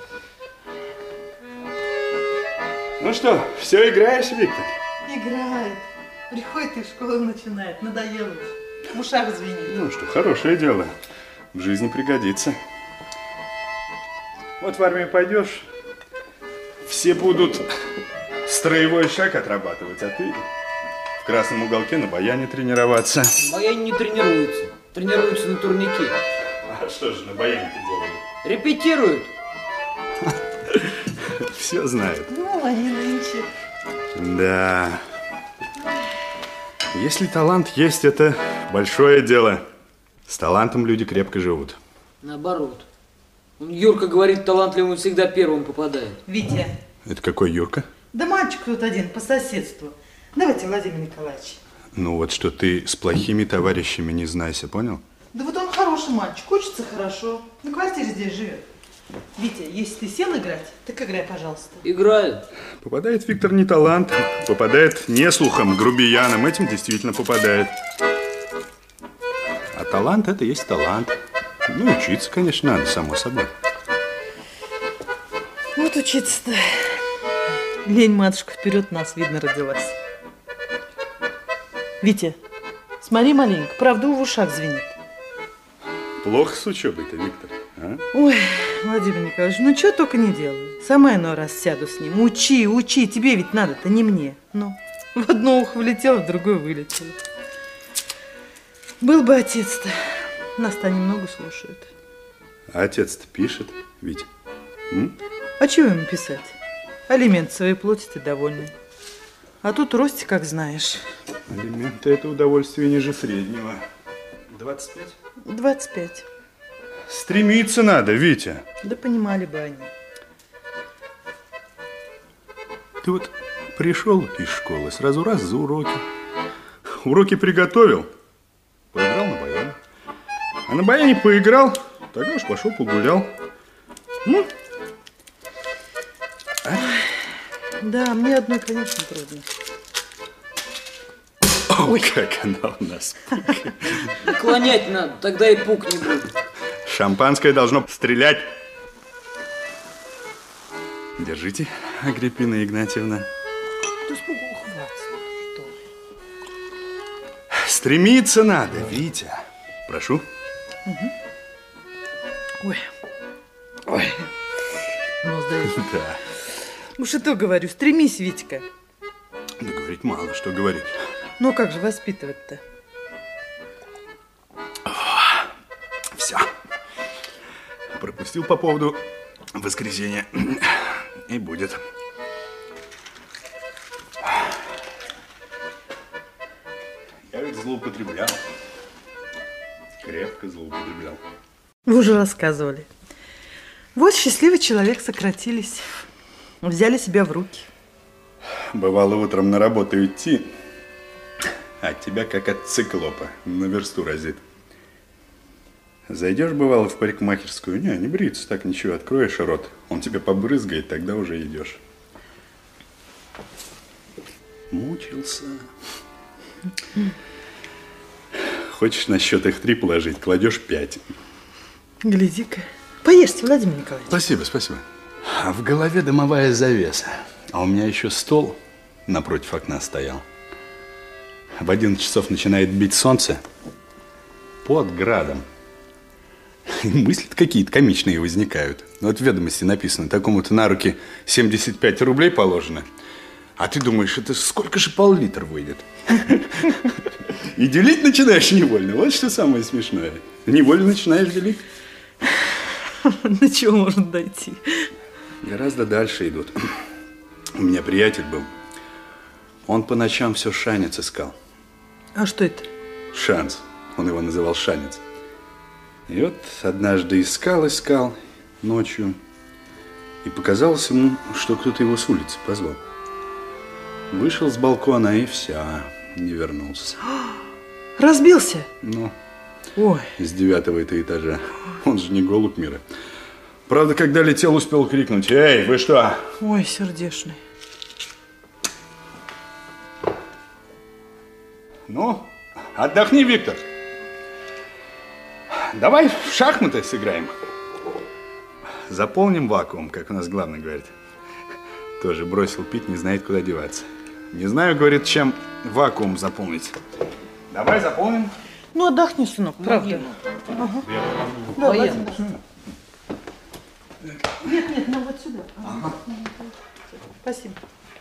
Ну что, все играешь, Виктор? Играет. Приходит и в школу начинает. Надоело уж. В ушах звенит. Ну что, хорошее дело. В жизни пригодится. Вот в армию пойдешь, все будут строевой шаг отрабатывать, а ты в красном уголке на баяне тренироваться. Баяне не тренируются. Тренируются на турнике. А что же на баяне-то делают? Репетируют. Все знают. Ну, они нынче. Да. Если талант есть, это большое дело. С талантом люди крепко живут. Наоборот. Юрка говорит, талантливым всегда первым попадает. Витя. Это какой Юрка? Да мальчик тут один, по соседству. Давайте, Владимир Николаевич. Ну вот что, ты с плохими товарищами не знайся, понял? Да вот он хороший мальчик, учится хорошо. На квартире здесь живет. Витя, если ты сел играть, так играй, пожалуйста. Играю. Попадает Виктор не талантом, попадает неслухом, грубияном. Этим действительно попадает. А талант – это есть талант. Ну, учиться, конечно, надо, само собой. Вот учиться-то. Лень, матушка, вперед нас, видно, родилась. Витя, смотри маленько, правда, в ушах звенит. Плохо с учебой-то, Виктор, а? Ой, Владимир Николаевич, ну что только не делаю. Сама иной раз сяду с ним. Учи, учи, тебе ведь надо-то, не мне. Ну, в одно ухо влетело, в другое вылетело. Был бы отец-то. Нас-то немного слушают. А отец-то пишет, Витя? М? А чего ему писать? Алимент своей платит и довольный. А тут Рости, как знаешь. Алименты – это удовольствие ниже среднего. двадцать пять? двадцать пять. Стремиться надо, Витя. Да понимали бы они. Ты вот пришел из школы, сразу раз за уроки. Уроки приготовил, поиграл на баяне. А на баяне поиграл, тогда уж пошел погулял. Ну? А? Да, мне одной, конечно, трудно. Ой, как она у нас. Наклонять надо, тогда и пук не будет. Шампанское должно стрелять. Держите, Агриппина Игнатьевна. Да спугу хватит, что ли. Стремиться надо, Витя. Прошу. Угу. Ой. Ой. Ну, сдаешь. Да. Уж и то говорю, стремись, Витька. Да говорить мало, что говорить. Ну, как же воспитывать-то? Все. Пропустил по поводу воскресенья. И будет. Я ведь злоупотреблял. Крепко злоупотреблял. Вы уже рассказывали. Вот счастливый человек, сократились. Взяли себя в руки. Бывало утром на работу идти, а тебя как от циклопа на версту разит. Зайдешь, бывало, в парикмахерскую, не, не бриться, так ничего, откроешь рот, он тебе побрызгает, тогда уже идешь. Мучился. Хочешь на счет их три положить, кладешь пять. Гляди-ка. Поешьте, Владимир Николаевич. Спасибо, спасибо. А в голове дымовая завеса. А у меня еще стол напротив окна стоял. В одиннадцать часов начинает бить солнце под градом. И мысли какие-то комичные возникают. Вот в ведомости написано, такому-то на руки семьдесят пять рублей положено. А ты думаешь, это сколько же пол-литра выйдет? И делить начинаешь невольно. Вот что самое смешное. Невольно начинаешь делить. До чего можно дойти? Гораздо дальше идут. У меня приятель был. Он по ночам все шанец искал. А что это? Шанс. Он его называл шанец. И вот однажды искал, искал ночью. И показалось ему, что кто-то его с улицы позвал. Вышел с балкона и все, не вернулся. Разбился? Ну, ой, с девятого этажа. Он же не голубь мира. Правда, когда летел, успел крикнуть: «Эй, вы что?» Ой, сердечный. Ну, отдохни, Виктор. Давай в шахматы сыграем. Заполним вакуум, как у нас главный говорит. Тоже бросил пить, не знает, куда деваться. Не знаю, говорит, чем вакуум заполнить. Давай заполним. Ну, отдохни, сынок, правда. Ага. Да, Владимир. Нет, нет, ну вот сюда. Ага. Спасибо.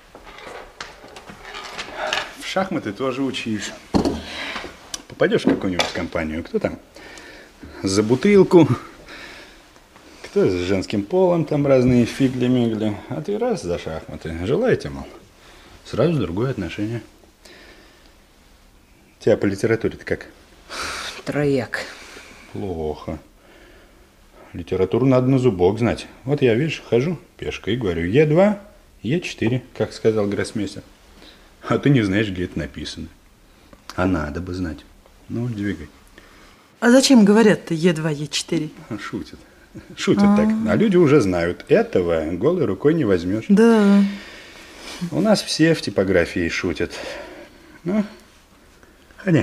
В шахматы тоже учись. Попадешь в какую-нибудь компанию, кто там? За бутылку. Кто с женским полом, там разные фигли-мигли. А ты раз за шахматы. Желаете, мол. Сразу другое отношение. Тебя по литературе-то как? Трояк. Плохо. Литературу надо на зубок знать. Вот я, видишь, хожу пешкой и говорю: Е два, Е четыре, как сказал гроссмейстер. А ты не знаешь, где это написано. А надо бы знать. Ну, двигай. А зачем говорят-то Е два, Е четыре? Шутят. Шутят А-а-а. так. А люди уже знают. Этого голой рукой не возьмешь. Да. У нас все в типографии шутят. Ну, ходи.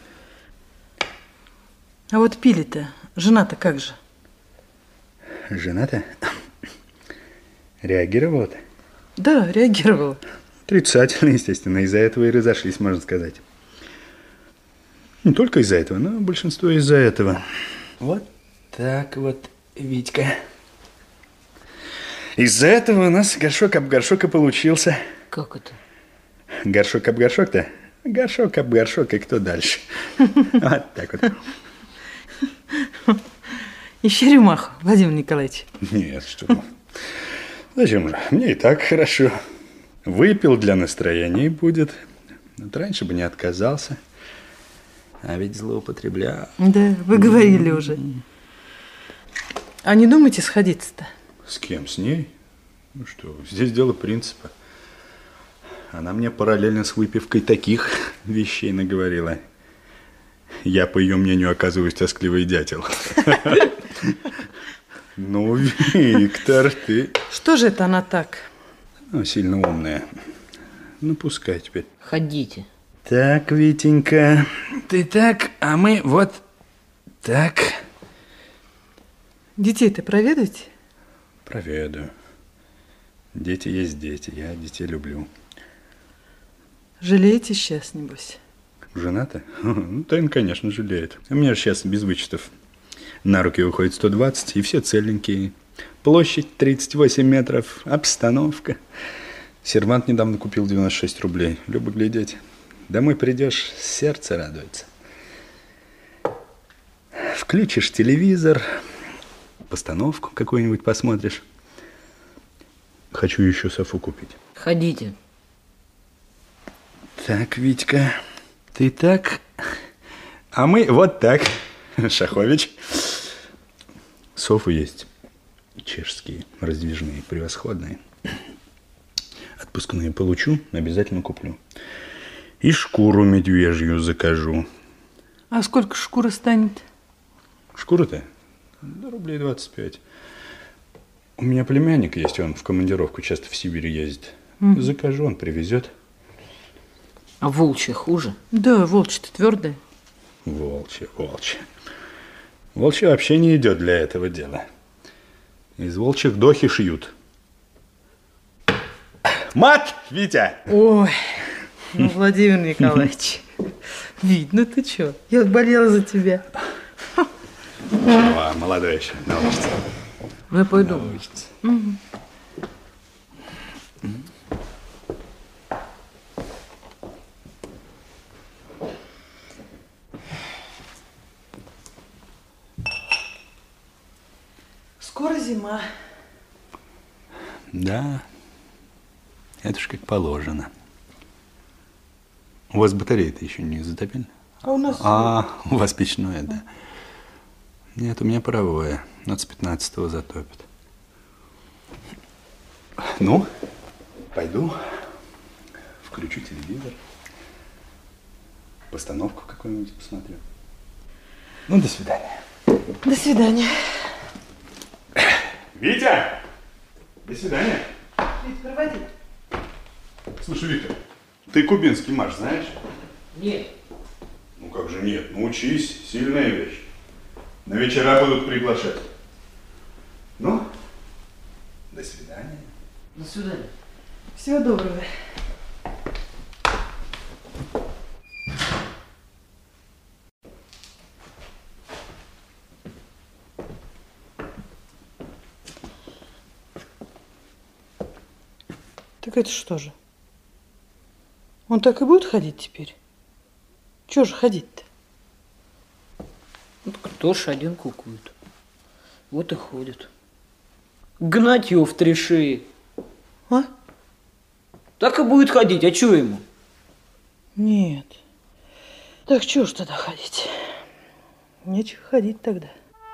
А вот Пили-то, жена-то как же? Жена-то? Реагировала-то? Да, реагировала. Отрицательно, естественно. Из-за этого и разошлись, можно сказать. Не только из-за этого, но большинство из-за этого. Вот так вот, Витька. Из-за этого у нас горшок об горшок и получился. Как это? Горшок об горшок-то? Горшок об горшок, и кто дальше? Вот так вот. Ищи рюмаху, Владимир Николаевич. Нет, что. Зачем же? Мне и так хорошо. Выпил для настроения и будет. Вот раньше бы не отказался. А ведь злоупотреблял. Да, вы говорили уже. А не думаете сходиться-то? С кем? С ней? Ну что, здесь дело принципа. Она мне параллельно с выпивкой таких вещей наговорила. Я, по ее мнению, оказываюсь тоскливый дятел. Ну, Виктор, ты... Что же это она так? Ну, сильно умная. Ну, пускай теперь. Ходите. Так, Витенька, ты так, а мы вот так. Детей-то проведаете? Проведаю. Дети есть дети, я детей люблю. Жалеете сейчас, небось? Жена-то? Ну, Тайн, конечно, жалеет. У меня же сейчас без вычетов на руки уходит сто двадцать, и все целенькие. Площадь тридцать восемь метров, обстановка. Сервант недавно купил девяносто шесть рублей. Любо глядеть. Домой придешь, сердце радуется. Включишь телевизор, постановку какую-нибудь посмотришь. Хочу еще софу купить. Ходите. Так, Витька, ты так, а мы вот так. Шахович. Софы есть чешские, раздвижные, превосходные. Отпускные получу, обязательно куплю. И шкуру медвежью закажу. А сколько шкура станет? Шкура-то? Да рублей двадцать пять. У меня племянник есть, он в командировку часто в Сибирь ездит. Mm. Закажу, он привезет. А волчья хуже? Да, волчья-то твердая. Волчья, волчья. Волчья вообще не идет для этого дела. Из волчьих дохи шьют. Мат, Витя! Ой, ну, Владимир Николаевич, видно, ты чё? Я болела за тебя. О, молодой еще, научится. Ну, я пойду. Научится. Угу. Скоро зима. Да, это ж как положено. У вас батареи-то еще не затопили? А у нас... А, у вас печное, да. Нет, у меня паровое. Но с пятнадцатого затопит. Ну, пойду, включу телевизор, постановку какую-нибудь посмотрю. Ну, до свидания. До свидания. Витя! До свидания. Вить, проводи. Слушай, Виктор, ты кубинский марш знаешь? Нет. Ну как же нет? Ну учись, сильная вещь. На вечера будут приглашать. Ну, до свидания. До свидания. Всего доброго. Так это что же? Он так и будет ходить теперь? Чего же ходить-то? Ну, кто ж один кукует. Вот и ходит. Гнать его в три шеи. А? Так и будет ходить, а чего ему? Нет. Так чего ж тогда ходить? Нечего ходить тогда.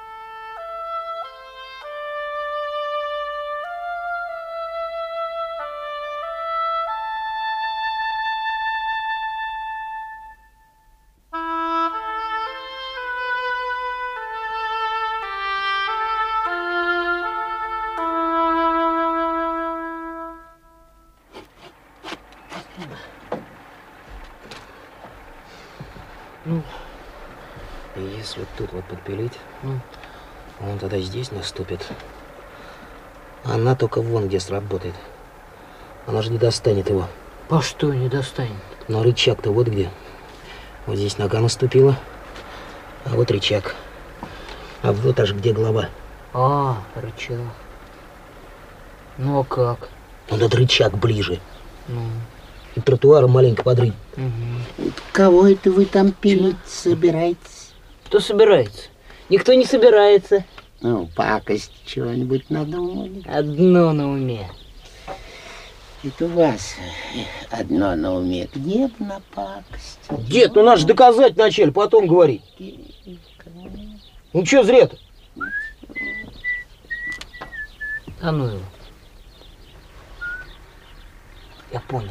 Ну, если тут вот подпилить, ну, он тогда здесь наступит. Она только вон где сработает. Она же не достанет его. А что не достанет? Но рычаг-то вот где. Вот здесь нога наступила, а вот рычаг. А вот аж где голова. А, рычаг. Ну а как? Надо рычаг ближе. Ну. И тротуаром маленько подрыть. Угу. Кого это вы там пилить собираетесь? Кто собирается? Никто не собирается. Ну, пакость чего-нибудь надумали. Одно на уме. Это у вас одно на уме. Где б на пакость? Дед, ну надо же доказать вначале, потом говорить. Ну что зря-то? А ну его. Я понял.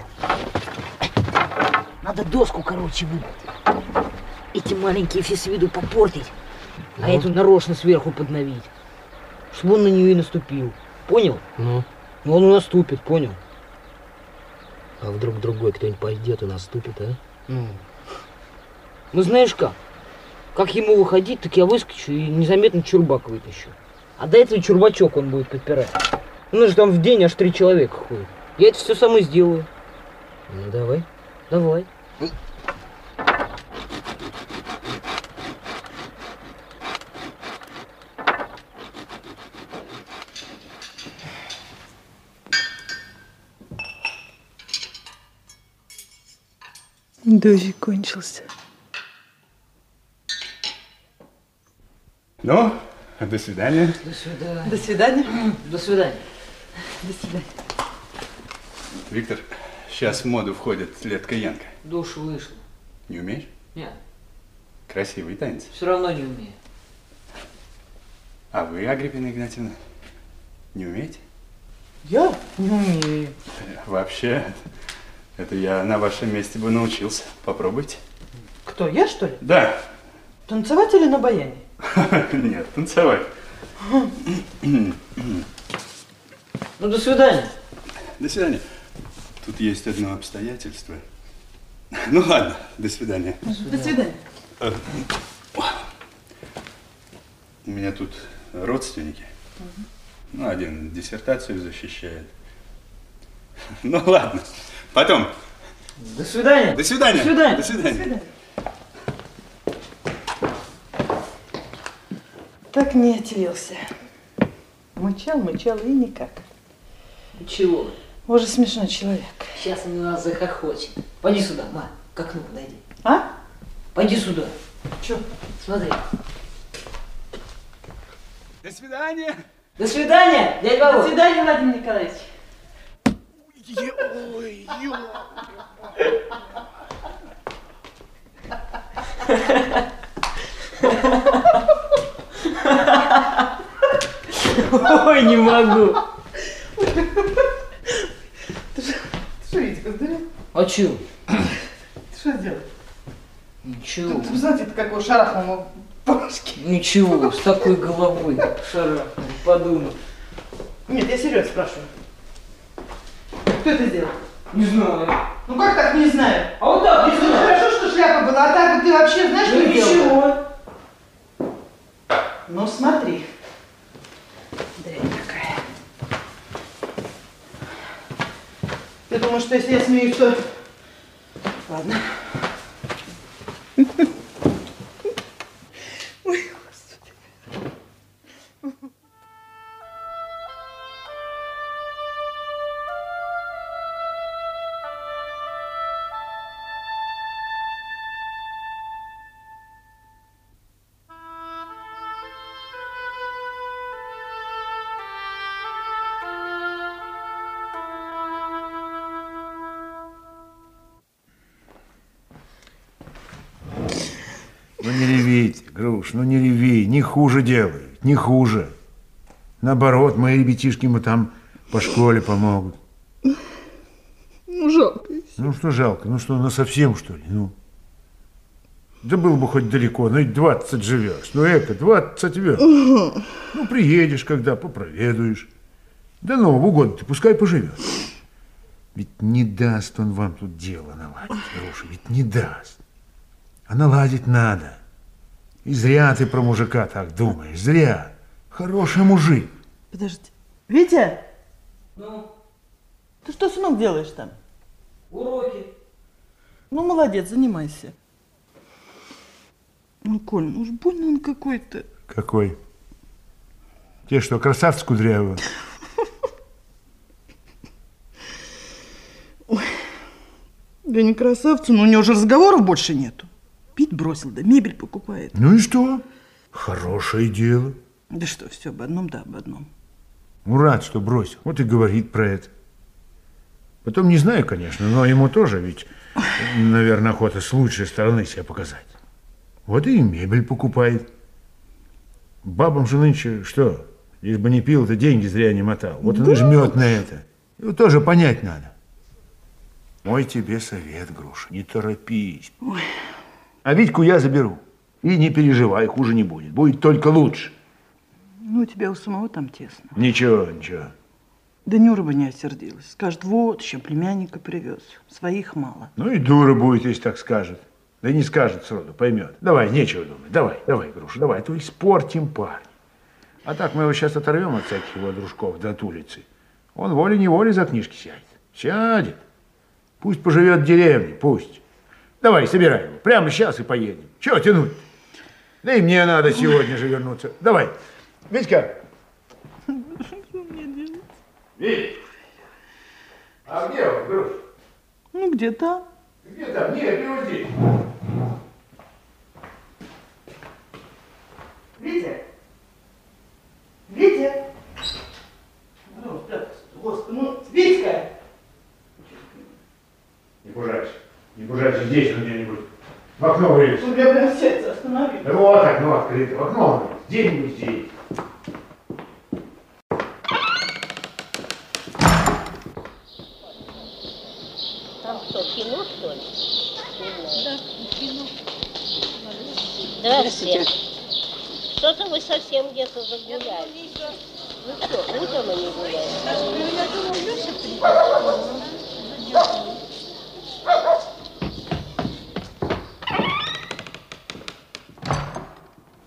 Надо доску, короче, выбить. Эти маленькие все с виду попортить, ну. А эту нарочно сверху подновить. Чтобы он на нее и наступил. Понял? Ну. Ну он и наступит, понял? А вдруг другой кто-нибудь пойдет и наступит, а? Ну. Ну знаешь как? Как ему выходить, так я выскочу и незаметно чурбак вытащу. А до этого чурбачок он будет подпирать. У нас же там в день аж три человека ходит. Я это все сам и сделаю. Ну давай, давай. Дождик кончился. Ну, до свидания. До свидания. До свидания. До свидания. До свидания. Виктор, сейчас в моду входит Летка Янка. Душ вышла. Не умеешь? Нет. Красивый танец. Все равно не умею. А вы, Агриппина Игнатьевна, не умеете? Я не умею. Вообще, это я на вашем месте бы научился. Попробуйте. Кто, я что ли? Да. Танцевать или на баяне? Нет, танцевать. Ну, до свидания. До свидания. Тут есть одно обстоятельство. Ну ладно, до свидания. До свидания. У меня тут родственники. Угу. Ну, один диссертацию защищает. Ну ладно, потом. До свидания. До свидания. До свидания. До свидания. До свидания. Так не отелился. Мычал, мычал и никак. Чего? Уже смешной человек. Сейчас он у нас захохочет. Пойди сюда, ма, к окну подойди. А? Пойди сюда. Че? Смотри. До свидания. До свидания, дядя Володя. До свидания, Владимир Николаевич. Ой, ё. Ой, не могу. Ты что, Витька, сдурел? А чё? Ты что сделал? Ничего. Ты посмотри, ты какого шарахнул по башке. Ничего, с такой головой шарахнул, подумай. Нет, я серьезно спрашиваю. Кто это сделал? Не знаю. Ну как так не знаю? А вот так не Ну знаю. хорошо, что шляпа была, а так вот ты вообще знаешь, Ну что делал? ничего. Ну смотри. Дрянь какая. Ты думаешь, что если я смеюсь, то... Ладно. Ой, Господи. Ну не ревите, Груш, ну не реви, не хуже делают, не хуже. Наоборот, мои ребятишки ему там по школе помогут. Ну жалко. Ну что жалко, ну что, ну совсем что ли, ну. Да было бы хоть далеко, ну и двадцать живешь, ну эко, двадцать верст. Ну приедешь когда, попроведуешь. До Нового года ты пускай поживет. Ведь не даст он вам тут дело наладить, Груша, ведь не даст. А наладить надо. И зря ты про мужика так думаешь, зря. Хороший мужик. Подожди. Витя, Ну, ты что, сынок, делаешь там? уроки. Ну, молодец, занимайся. Ну, Коль, ну уж больно он какой-то. Какой? Те что, красавцы кудрявые? Ой, да не красавцы, но у него же разговоров больше нету. Пить бросил, да мебель покупает. Ну и что? Хорошее дело. Да что, все об одном, да об одном. Ну, рад, что бросил. Вот и говорит про это. Потом не знаю, конечно, но ему тоже ведь, наверное, охота с лучшей стороны себя показать. Вот и мебель покупает. Бабам же нынче что? Лишь бы не пил, то деньги зря не мотал. Вот он и жмет на это. Его тоже понять надо. Мой тебе совет, Груша, не торопись. Ой. А Витьку я заберу. И не переживай, хуже не будет. Будет только лучше. Ну, у тебя у самого там тесно. Ничего, ничего. Да Нюра бы не осердилась. Скажет, вот, еще племянника привез. Своих мало. Ну и дура будет, если так скажет. Да и не скажет сроду, поймет. Давай, нечего думать. Давай, давай, Груша, давай. А то испортим парня. А так мы его сейчас оторвем от всяких его дружков до от улицы. Он волей-неволей за книжки сядет. Сядет. Пусть поживет в деревне, пусть. Давай, собирай его. Прямо сейчас и поедем. Чего тянуть? Да и мне надо сегодня же вернуться. Давай. Витька. Что мне делать? Вить. А где он, Груш? Ну, где там? Где там? Нет, не вот здесь. Витя. Витя. Ну, спрятался. Господи, ну, Витька. Не пужайся. Не пужайся, здесь он где-нибудь. В окно вылез. У меня прям сердце остановилось. Да вот окно открыто. В окно. Где-нибудь здесь. Там что, кино, что ли? Да, кино. Здравствуйте. Что-то вы совсем где-то загуляли. Вы что, утром и не гуляете? Я думал, Леша придет.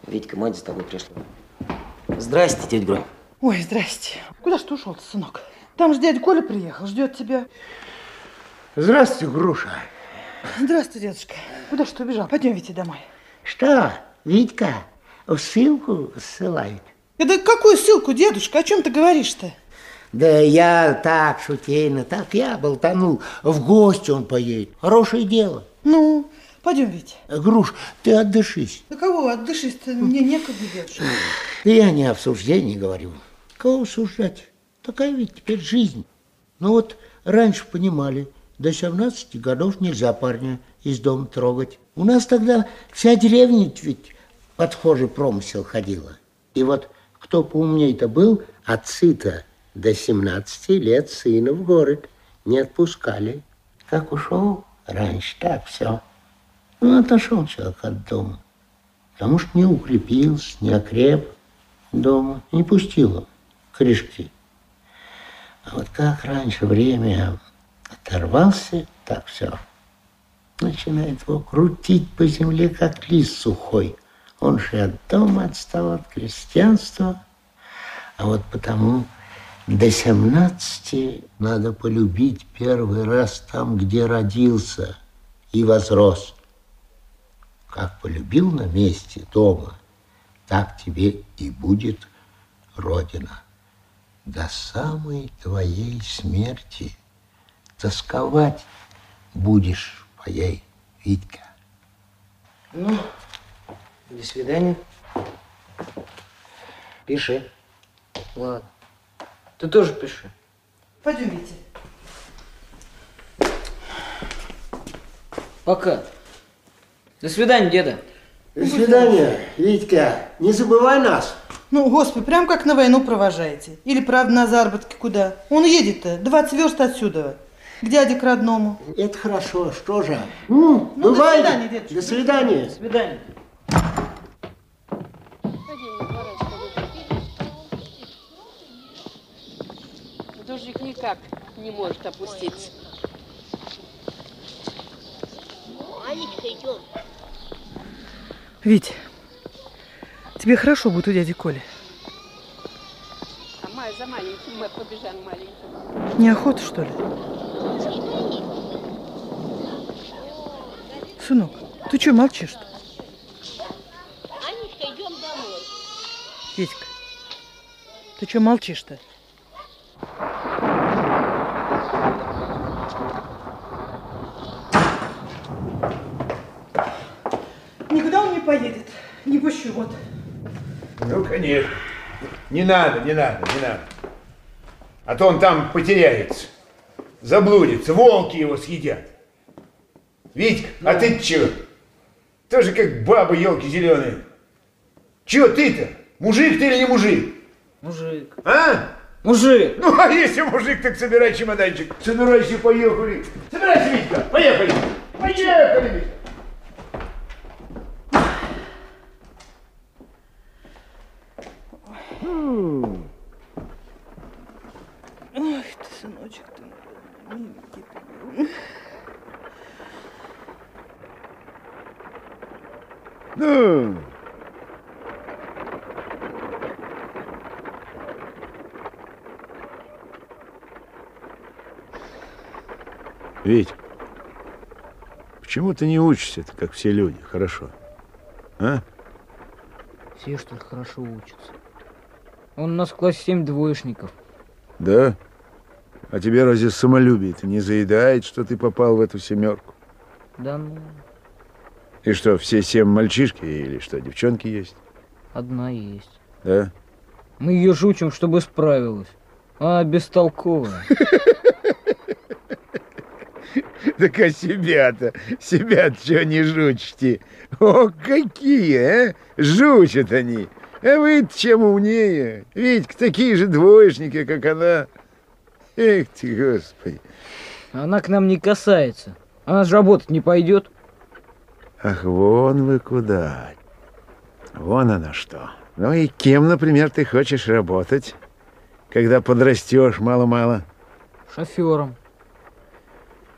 Витька, мать за тобой пришла. Здрасте, тетя Гром. Ой, здрасте. Куда ж ты ушел, сынок? Там же дядя Коля приехал, ждет тебя. Здравствуйте, Груша. Здравствуй, дедушка. Куда ж ты убежал? Пойдем, Витя, домой. Что, Витька, в ссылку ссылает? Да какую ссылку, дедушка? О чем ты говоришь-то? Да я так, шутейно, так я болтанул. В гости он поедет. Хорошее дело. Ну, пойдем, Витя. Груш, ты отдышись. Да кого отдышись-то? Мне некогда, дедушка. Я не о обсуждении говорю. Кого осуждать? Такая ведь теперь жизнь. Ну вот раньше понимали, до семнадцати годов нельзя парня из дома трогать. У нас тогда вся деревня ведь под схожий промысел ходила. И вот кто поумней-то был, отцы-то до семнадцати лет сына в город не отпускали. Как ушел раньше, так все. Ну, отошел человек от дома. Потому что не укрепился, не окреп дома. Не пустил он корешки. А вот как раньше время оторвался, так все. Начинает его крутить по земле, как лист сухой. Он же от дома отстал, от крестьянства. А вот потому до семнадцати надо полюбить первый раз там, где родился и возрос. Как полюбил на месте дома, так тебе и будет Родина. До самой твоей смерти тосковать будешь по ей, Витька. Ну, до свидания. Пиши. Ладно. Ты тоже пиши. Пойдем, Витя. Пока. До свидания, деда. До свидания, Витька. Не забывай нас. Ну, господи, прям как на войну провожаете. Или, правда, на заработки куда? Он едет-то двадцать верст отсюда, к дяде к родному. Это хорошо, что же? Ну, ну бывай. До свидания, дедушка. До свидания. До свидания. Дождик никак не может опуститься. Анечка, идем. Вить, тебе хорошо будет у дяди Коли. А мы за маленьким мы побежим маленьким. Неохота, что ли? Сынок, ты что молчишь-то? Анечка, идем домой. Витька, ты что молчишь-то? Никуда он не поедет. Не пущу, вот. Ну, конечно. Не надо, не надо, не надо. А то он там потеряется, заблудится, волки его съедят. Витька, да. А ты чего? Тоже как баба елки зеленые. Чего ты-то? Мужик ты или не мужик? Мужик. А? Мужик. Ну, а если мужик, так собирай чемоданчик. Собирайся, поехали. Собирайся, Витька, поехали. Поехали, Витька. Ой, ты, сыночек, ты миленький ты. Ну. Вить, почему ты не учишься-то, как все люди, хорошо? А? Все, что ли, хорошо учатся. Он у нас в классе семь двоечников. Да? А тебе разве самолюбие-то не заедает, что ты попал в эту семерку? Да ну. И что, все семь мальчишки или что, девчонки есть? Одна есть. Да? Мы ее жучим, чтобы справилась. А, бестолковая. Так а себя-то, себя-то что не жучите? О, какие, а? Жучат они. А вы-то чем умнее? Ведь такие же двоечники, как она. Эх ты, Господи. Она к нам не касается. Она же работать не пойдет. Ах, вон вы куда. Вон она что. Ну и кем, например, ты хочешь работать, когда подрастешь мало-мало? Шофером.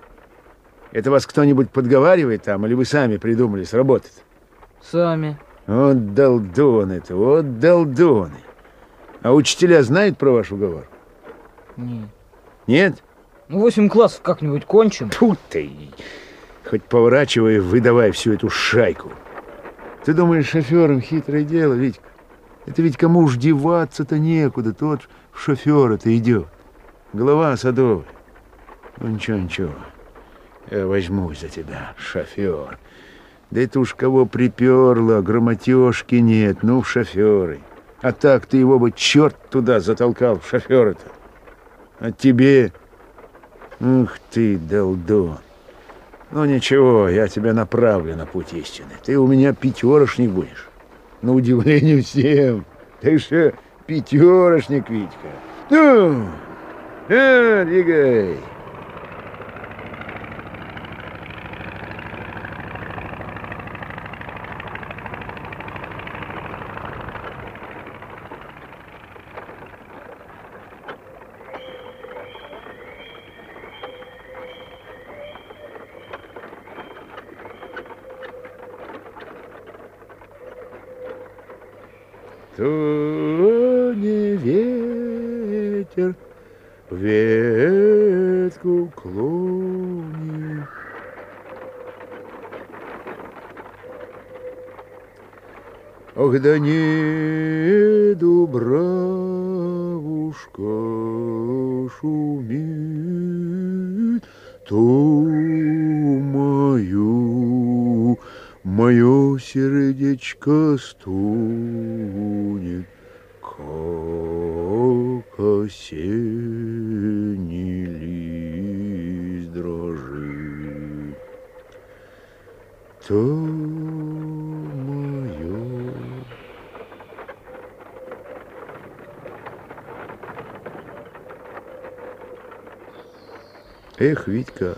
Это вас кто-нибудь подговаривает там, или вы сами придумали сработать? Сами. Вот долдоны-то, вот долдоны. А учителя знают про ваш уговор? Нет. Нет? Ну, восемь классов как-нибудь кончим. Фу ты! Хоть поворачивай, выдавай всю эту шайку. Ты думаешь, шоферам хитрое дело, Витька? Это ведь кому уж деваться-то некуда, тот в шофера-то идет. Голова садовая. Ну, ничего, ничего. Я возьмусь за тебя, шофер. Да это уж кого приперло, грамотежки нет, ну, в шоферы. А так ты его бы черт туда затолкал, в шофера-то. А тебе... Ух ты, долдон. Ну, ничего, я тебя направлю на путь истины. Ты у меня пятерошник будешь. На удивление всем. Ты что, пятерошник, Витька? Ну, а, двигай. То не ветер в ветку клонит. Ох, да не дубравушка шумит, то мою, мое сердечко стонет, как осенний лист дрожит. То мое. Эх, Витька,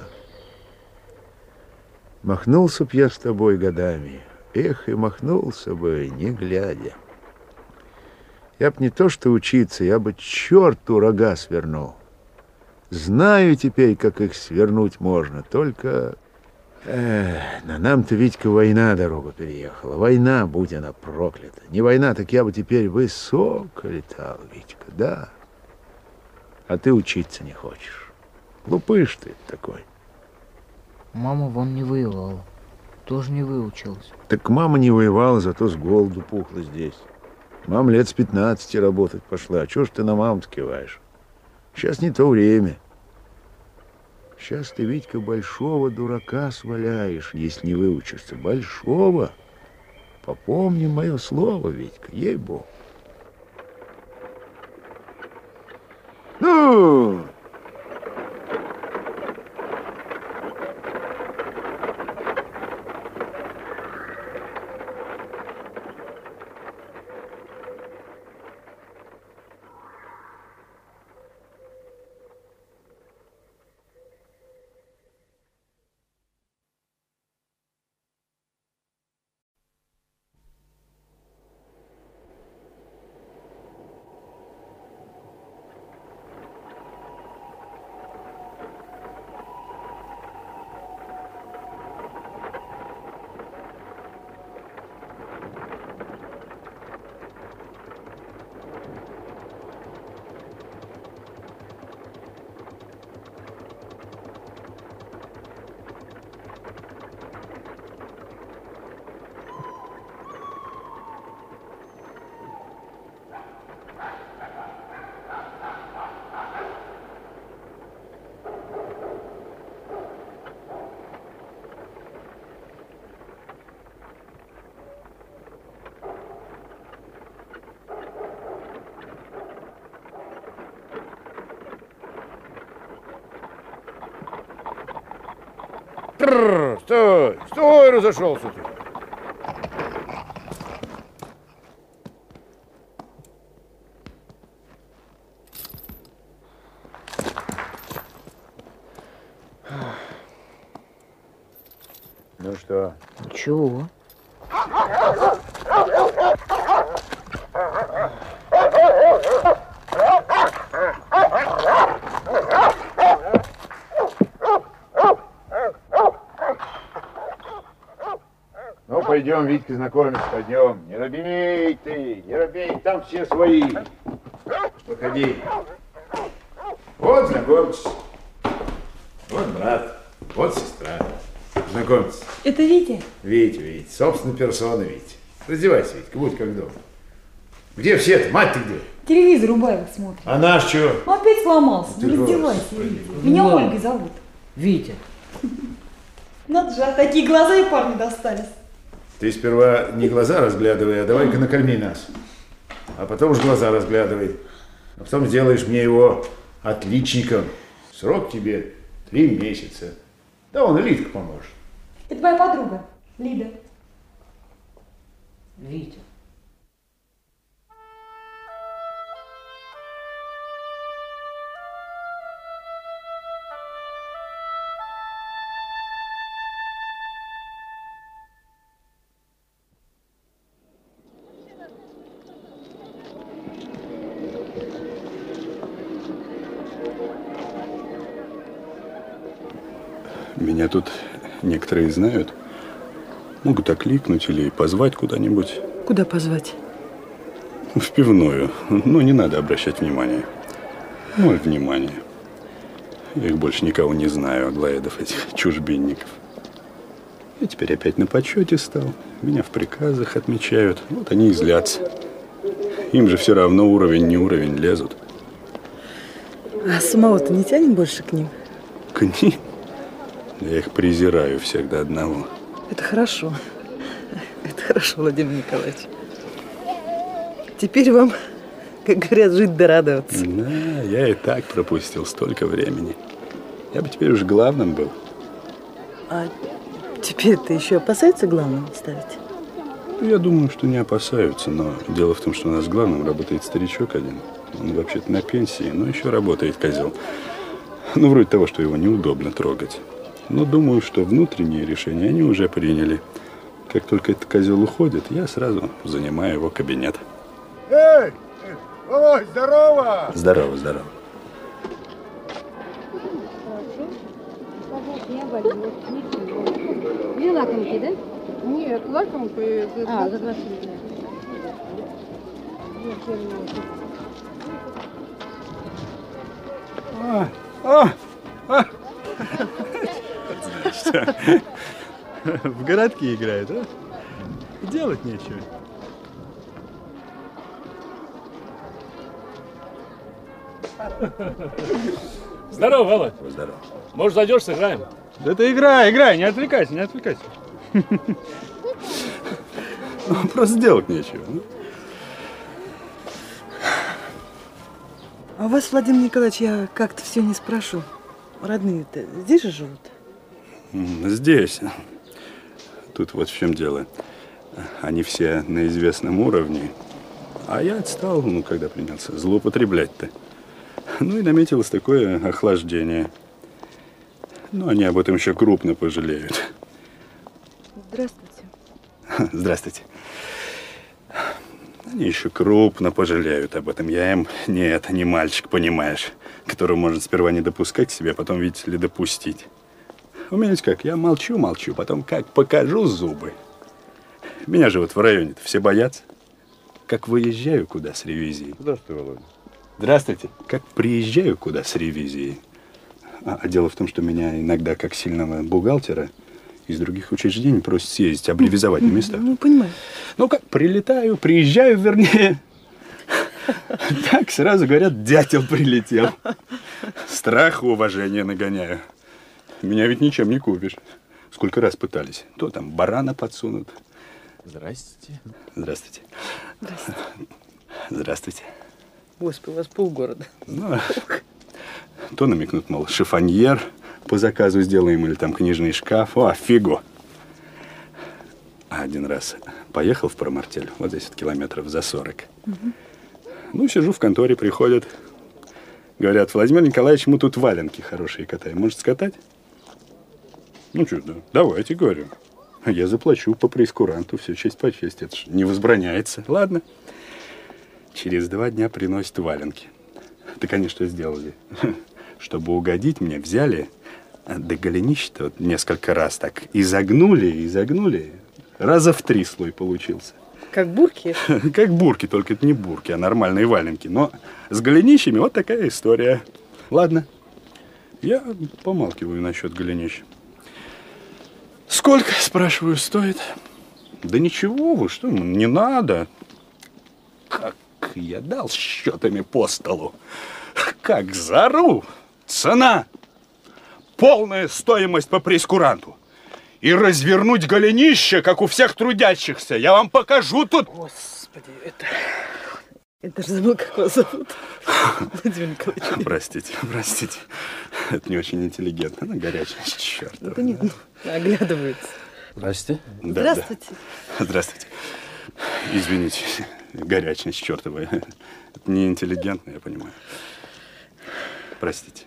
махнулся б я с тобой годами. Эх, и махнулся бы, не глядя. Я б не то что учиться, я бы черту рога свернул. Знаю теперь, как их свернуть можно, только... Эх, на нам-то, Витька, война дорогу переехала. Война, будь она проклята. Не война, так я бы теперь высоко летал, Витька, да. А ты учиться не хочешь. Глупыш ты такой. Мама вон не воевала. Тоже не выучилась. Так мама не воевала, зато с голоду пухла здесь. Мама лет с пятнадцати работать пошла. А чего ж ты на маму-то киваешь? Сейчас не то время. Сейчас ты, Витька, большого дурака сваляешь, если не выучишься. Большого. Попомни мое слово, Витька, ей-богу. Ну! Трррр, стой, стой, разошелся ты. Ну что? Чего? Ну, пойдем, Витька, знакомиться, пойдем. Не робей ты, не робей, там все свои. Выходи. Вот, знакомьтесь. Вот брат, вот сестра. Знакомьтесь. Это Витя? Витя, Витя, собственно, персона Витя. Раздевайся, Витька, будь как дома. Где все-то? Мать ты где? Телевизор у Баевых смотрит. А наш чего? Ну, опять сломался. Ты Не раздевайся, Витя. Меня Ладно. Ольгой зовут. Витя. Надо же, а такие глаза и парни достались. Ты сперва не глаза разглядывай, а давай-ка накорми нас. А потом уж глаза разглядывай. А потом сделаешь мне его отличником. Срок тебе три месяца. Да он и Лидка поможет. Это моя подруга, Лида. Витя. Меня тут некоторые знают. Могут окликнуть или позвать куда-нибудь. Куда позвать? В пивную. Но не надо обращать внимание. Ноль внимания. Я их больше никого не знаю, аглоедов, этих чужбинников. Я теперь опять на почете стал. Меня в приказах отмечают. Вот они и злятся. Им же все равно уровень, не уровень лезут. А самого-то не тянет больше к ним? К ним? Я их презираю всех до одного. Это хорошо. Это хорошо, Владимир Николаевич. Теперь вам, как говорят, жить да радоваться. Да, я и так пропустил столько времени. Я бы теперь уж главным был. А теперь-то еще опасаются главным ставить? Я думаю, что не опасаются, но дело в том, что у нас главным работает старичок один. Он вообще-то на пенсии, но еще работает козел. Ну, вроде того, что его неудобно трогать. Но думаю, что внутренние решения они уже приняли. Как только этот козел уходит, я сразу занимаю его кабинет. Эй! Ой, здорово! Здорово, здорово. Две лакомки, да? Нет, лакомки. А, за двадцать рублей. А, а, а. В городки играет, а? Делать нечего. Здорово, Володь. Здорово. Может, зайдешь, сыграем? Да ты играй, играй, не отвлекайся, не отвлекайся. Просто делать нечего. А у вас, Владимир Николаевич, я как-то все не спрошу. Родные-то здесь же живут? Здесь. Тут вот в чем дело. Они все на известном уровне, а я отстал, ну, когда принялся злоупотреблять-то. Ну и наметилось такое охлаждение. Ну, они об этом еще крупно пожалеют. Здравствуйте. Здравствуйте. Они еще крупно пожалеют об этом. Я им, нет, не мальчик, понимаешь, которого можно сперва не допускать к себе, а потом, видите ли, допустить. У меня ведь как, я молчу, молчу, потом как покажу зубы. Меня же вот в районе-то все боятся. Как выезжаю куда с ревизией. Здравствуй, Володя. Здравствуйте. Как приезжаю куда с ревизией. А, а дело в том, что меня иногда, как сильного бухгалтера, из других учреждений просят съездить, обревизовать на местах. Ну, понимаю. Ну, как прилетаю, приезжаю, вернее. Так сразу говорят, дятел прилетел. Страх и уважение нагоняю. Меня ведь ничем не купишь. Сколько раз пытались. То там барана подсунут. Здрасте. Здравствуйте. Здравствуйте. Здравствуйте. Господи, у вас полгорода. Ну, то намекнут, мол, шифоньер по заказу сделаем, или там книжный шкаф. О, фигу. А один раз поехал в Промартель, вот здесь вот километров за сорок. Угу. Ну, сижу в конторе, приходят. Говорят, Владимир Николаевич, мы тут валенки хорошие катаем. Может, скатать? Ну, что, да, давайте, говорю. Я заплачу по прейскуранту, все честь по чести. Это ж не возбраняется. Ладно. Через два дня приносят валенки. Так они что сделали? Чтобы угодить мне, взяли, до голенища вот несколько раз так изогнули, изогнули, Раза в три слой получился. Как бурки? Как бурки, только это не бурки, а нормальные валенки. Но с голенищами вот такая история. Ладно, я помалкиваю насчет голенищ. Сколько, спрашиваю, стоит? Да ничего вы, что, не надо. Как я дал счетами по столу. Как зару. Цена. Полная стоимость по прейскуранту. И развернуть голенище, как у всех трудящихся, я вам покажу тут. Господи, это... Это же забыл, как вас зовут. Владимир Николаевич. Простите, простите. Это не очень интеллигентно, но горячий, черт. Да нет, ну, оглядывается. Здравствуйте. Да, Здравствуйте. Да. Здравствуйте. Извините, горячность чертова. Это не интеллигентно, я понимаю. Простите.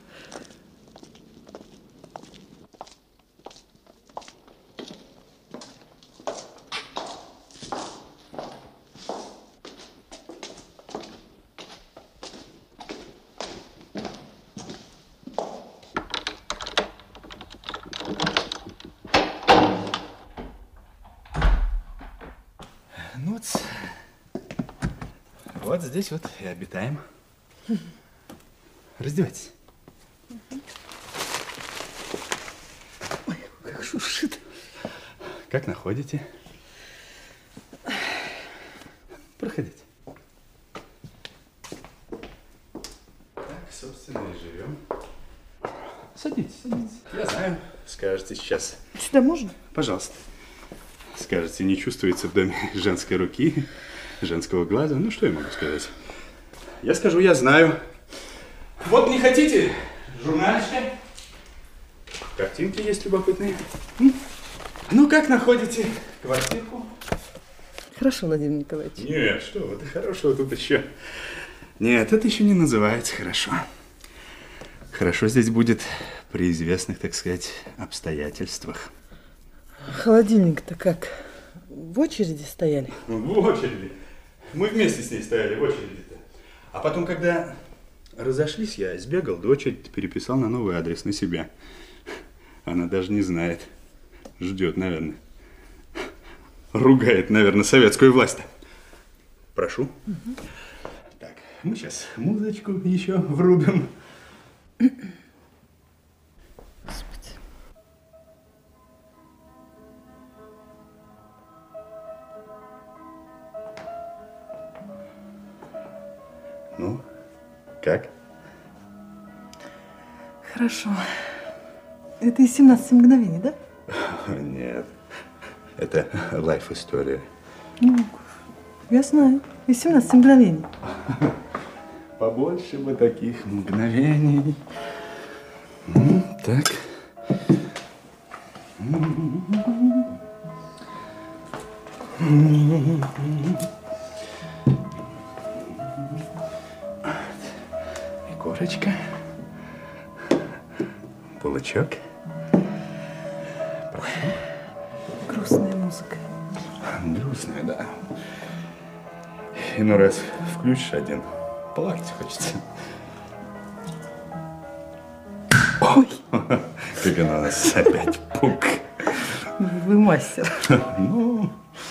Ну вот, вот здесь вот и обитаем. Раздевайтесь. Ой, как шуршит. Как находите? Проходите. Так, собственно, и живем. Садитесь, садитесь. Я знаю, скажете сейчас. Сюда можно? Пожалуйста. Скажете, не чувствуется в доме женской руки, женского глаза. Ну, что я могу сказать? Я скажу, я знаю. Вот не хотите? Журнальчика. Картинки есть любопытные. Ну, как находите квартирку? Хорошо, Владимир Николаевич. Нет, что вы, это хорошего тут еще. Нет, это еще не называется хорошо. Хорошо здесь будет при известных, так сказать, обстоятельствах. Холодильник-то как? В очереди стояли? В очереди. Мы вместе с ней стояли в очереди-то. А потом, когда разошлись, я сбегал, да очередь переписал на новый адрес, на себя. Она даже не знает. Ждет, наверное. Ругает, наверное, советскую власть. Прошу. Угу. Так, мы сейчас музычку еще врубим. Господи. Ну, как? Хорошо. Это из семнадцати мгновений, да? Нет. Это лайф-история. Ну, я знаю. Из семнадцати мгновений. Побольше бы таких мгновений. Ну, так. И корочка. Булочок. Прошу. Грустная музыка. Грустная, да. Иной раз включишь один, плакать хочется. Ой! Как она у нас опять пук. Вы мастер. Ну...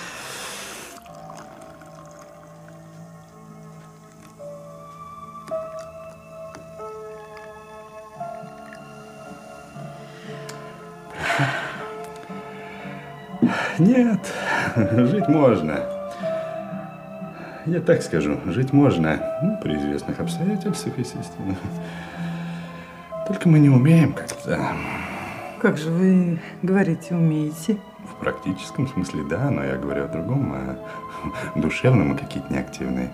Нет, жить можно. Я так скажу, жить можно, ну, при известных обстоятельствах, естественно. Только мы не умеем как-то. Как же вы говорите, умеете? В практическом смысле, да, но я говорю о другом, о душевном и какие-то неактивные.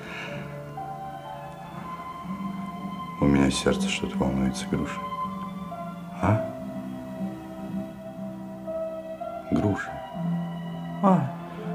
У меня сердце что-то волнуется, Груша. А? Груша. А.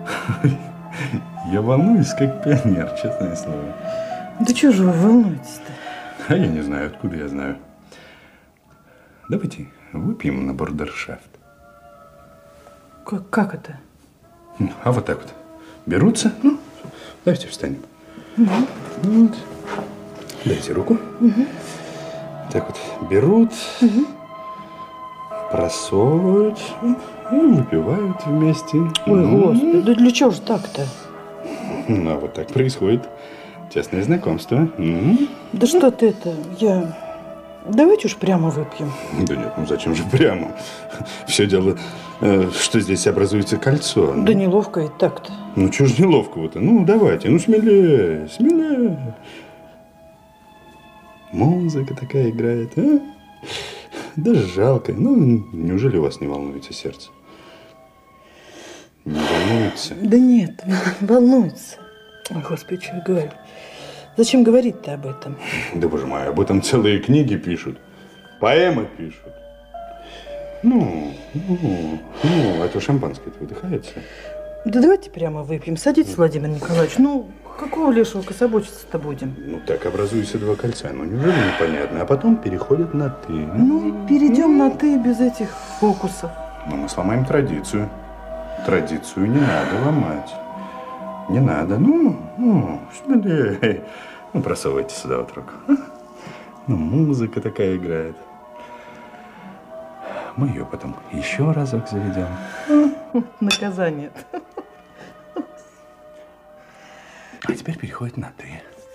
Я волнуюсь, как пионер, честное слово. Да чего же вы волнуетесь-то? А я не знаю, откуда я знаю. Давайте выпьем на бордершафт. Как, как это? А вот так вот. Берутся. Ну, давайте встанем. Угу. Вот. Дайте руку. Угу. Так вот берут. Угу. просовывают и выпивают вместе. Ой, Ну, Господи, да для чего же так-то? Ну, а вот так происходит тесное знакомство. М? Да что ты это, я... Давайте уж прямо выпьем. Да нет, ну зачем же прямо? Все дело, э, что здесь образуется кольцо. Да неловко и так-то. Ну, чего ж неловкого-то? Ну, давайте, ну, смелее, смелее. Музыка такая играет, а? Даже жалко. Ну, неужели у вас не волнуется сердце? Не волнуется? Да нет, волнуется. Ой, Господи, что я говорю? Зачем говорить-то об этом? Да, боже мой, об этом целые книги пишут. Поэмы пишут. Ну, ну, ну, это шампанское-то выдыхается. Да давайте прямо выпьем. Садитесь, Владимир Николаевич. Ну, какого лешего кособочиться-то будем? Ну, так образуются два кольца. Ну, неужели непонятно? А потом переходят на «ты». Ну, перейдем на «ты» без этих фокусов. Но мы сломаем традицию. Традицию не надо ломать. Не надо. Ну, ну, смелее. Ну, просовывайте сюда вот руку. Ну, музыка такая играет. Мы ее потом еще разок заведем. Наказание. А теперь переходит на «ты».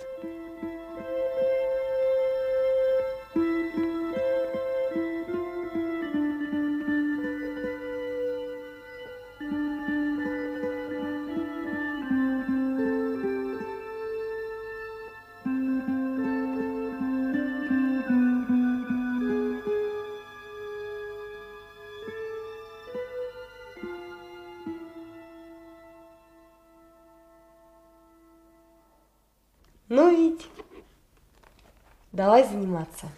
Ну, Вить, давай заниматься.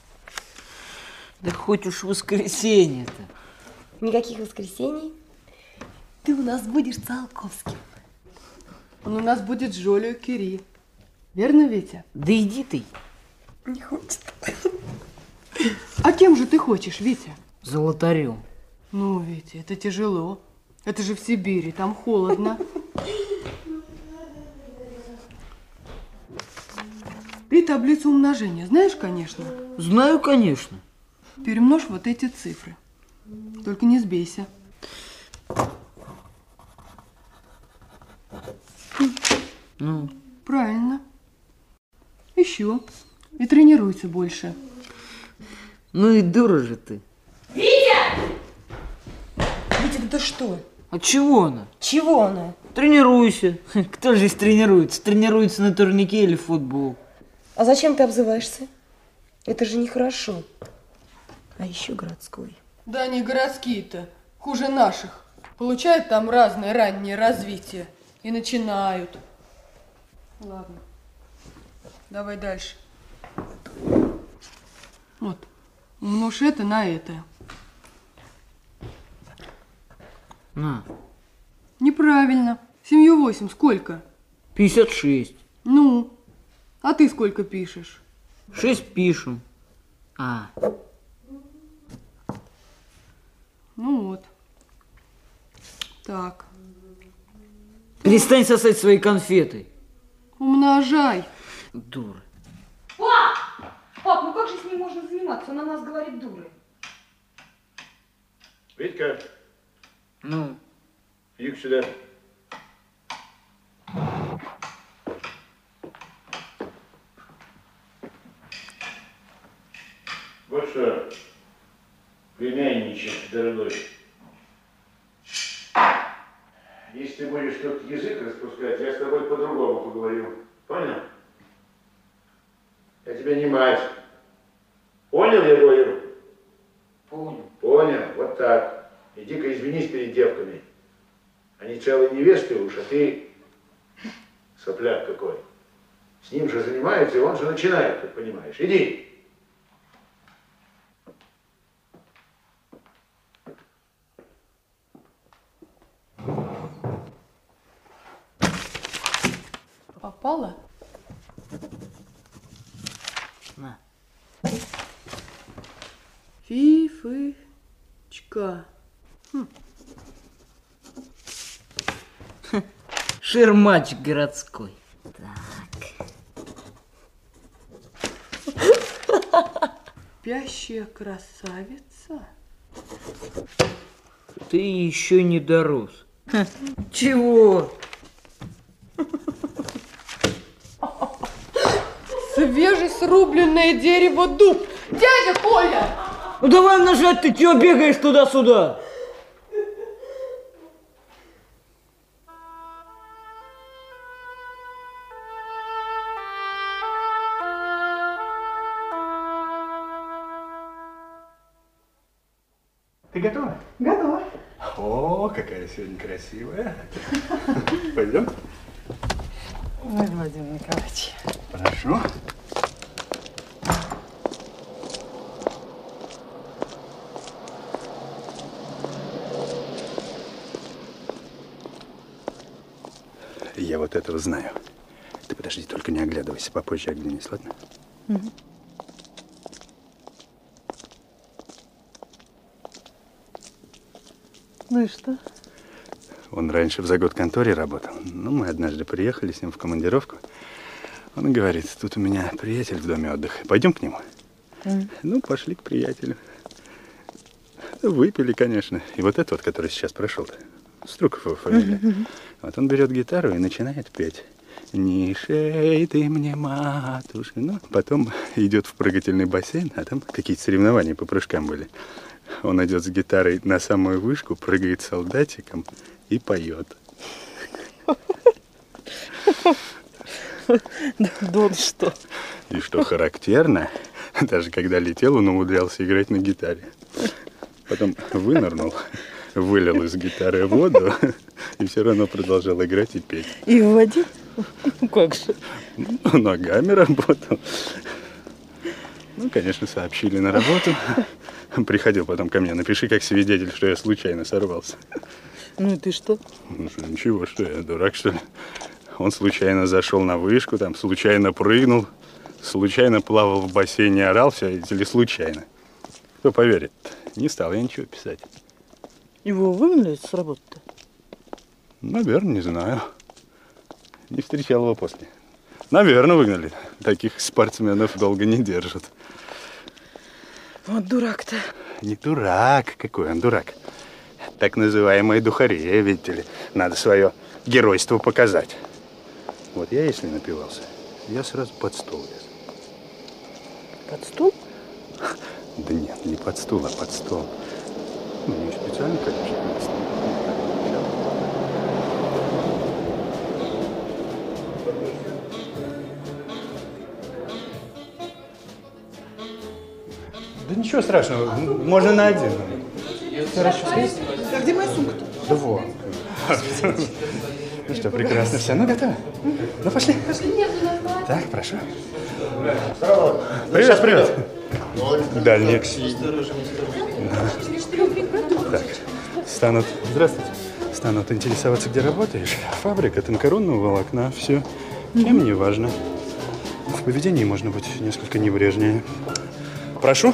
Да хоть уж воскресенье-то. Никаких воскресений. Ты у нас будешь Циолковским. Он у нас будет Жолио Кюри. Верно, Витя? Да иди ты. Не хочет. А кем же ты хочешь, Витя? Золотарем. Ну, Витя, это тяжело. Это же в Сибири, там холодно. Ты таблицу умножения знаешь, конечно? Знаю, конечно. Перемножь вот эти цифры. Только не сбейся. Ну? Правильно. Еще. И тренируйся больше. Ну и дура же ты. Витя! Витя, да ты что? А чего она? Чего она? Тренируйся. Кто же здесь тренируется? Тренируется на турнике или в футбол. А зачем ты обзываешься? Это же нехорошо. А еще городской. Да они городские-то. Хуже наших. Получают там разное раннее развитие. И начинают. Ладно. Давай дальше. Вот. Умножь это на это. На. Неправильно. Семью восемь сколько? пятьдесят шесть. Ну, а ты сколько пишешь? Шесть пишем. А. Ну вот. Так. Перестань сосать свои конфеты. Умножай. Дура. Пап! Пап, ну как же с ним можно заниматься? Он на нас говорит дуры. Витька. Ну? Иди сюда. Вот что, племянничек дорогой, если ты будешь тут язык распускать, я с тобой по-другому поговорю. Понял? Я тебя не мать. Понял, я говорю? Понял. Понял, вот так. Иди-ка извинись перед девками. Они целые невесты уж, а ты сопляк какой. С ним же занимается, и он же начинает, как понимаешь. Иди. Попала? На. Фифычка. Хм. Шермач городской. Спящая красавица. Ты еще не дорос. Чего? Свежесрубленное дерево дуб. Дядя Коля! Ну давай нажать, ты чего бегаешь туда-сюда? Ты готова? Готова. О, какая сегодня красивая. Пойдем? Ой, Владимир Николаевич. Хорошо. Я вот этого знаю. Ты подожди, только не оглядывайся. Попозже оглянись, ладно? Угу. Ну и что? Он раньше в заготконторе работал. Ну, мы однажды приехали с ним в командировку. Он говорит, тут у меня приятель в доме отдыха. Пойдем к нему? Mm. Ну, пошли к приятелю. Выпили, конечно. И вот этот вот, который сейчас прошел-то. Струков его фамилия. Mm-hmm. Вот он берет гитару и начинает петь. Не шей ты мне, матушка. Ну, потом идет в прыгательный бассейн, а там какие-то соревнования по прыжкам были. Он идет с гитарой на самую вышку, прыгает солдатиком и поет. Да что? И что характерно, даже когда летел, он умудрялся играть на гитаре. Потом вынырнул, вылил из гитары воду и все равно продолжал играть и петь. И в воде? Как же? Ногами работал. Ну, конечно, сообщили на работу. Приходил потом ко мне, напиши как свидетель, что я случайно сорвался. Ну и ты что? Ну что, ничего, что я дурак, что ли? Он случайно зашел на вышку, там случайно прыгнул, случайно плавал в бассейне, орал, все, или случайно. Кто поверит? Не стал я ничего писать. Его выгнали с работы-то? Наверное, не знаю. Не встречал его после. Наверное, выгнали. Таких спортсменов долго не держат. Вот дурак-то. Не дурак. Какой он дурак? Так называемые духарея, видите ли. Надо свое геройство показать. Вот я, если напивался, я сразу под стол лез. Под стул? Да нет, не под стул, а под стол. Ну, не специально, конечно, под стол. Да ничего страшного, можно на один. Хорошо. А где моя сумка-то? Да вот. Ну что, прекрасно все. Ну, готово? Ну, пошли. Пошли. Так, прошу. Здорово. Привет, привет. Дальник. Так, станут... Здравствуйте. Станут интересоваться, где работаешь. Фабрика тонкорунного волокна. Все. Кем, не важно. В поведении можно быть несколько небрежнее. Прошу.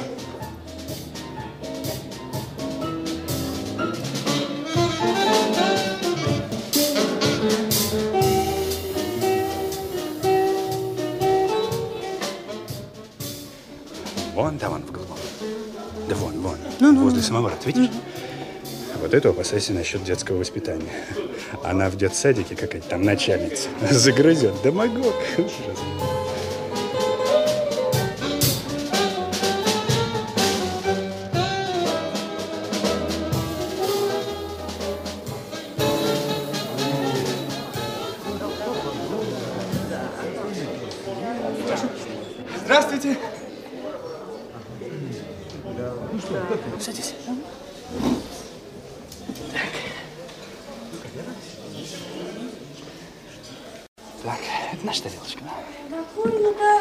Вон там он в голубом. Да вон, вон. Ну, возле самовара, видишь? Mm-hmm. Вот этого опасайся насчет детского воспитания. Она в детсадике какая-то там начальница. Загрызет. Да могу. Здравствуйте. Ну что, садись. Так. Так, это наша тарелочка, да? Накурено-то.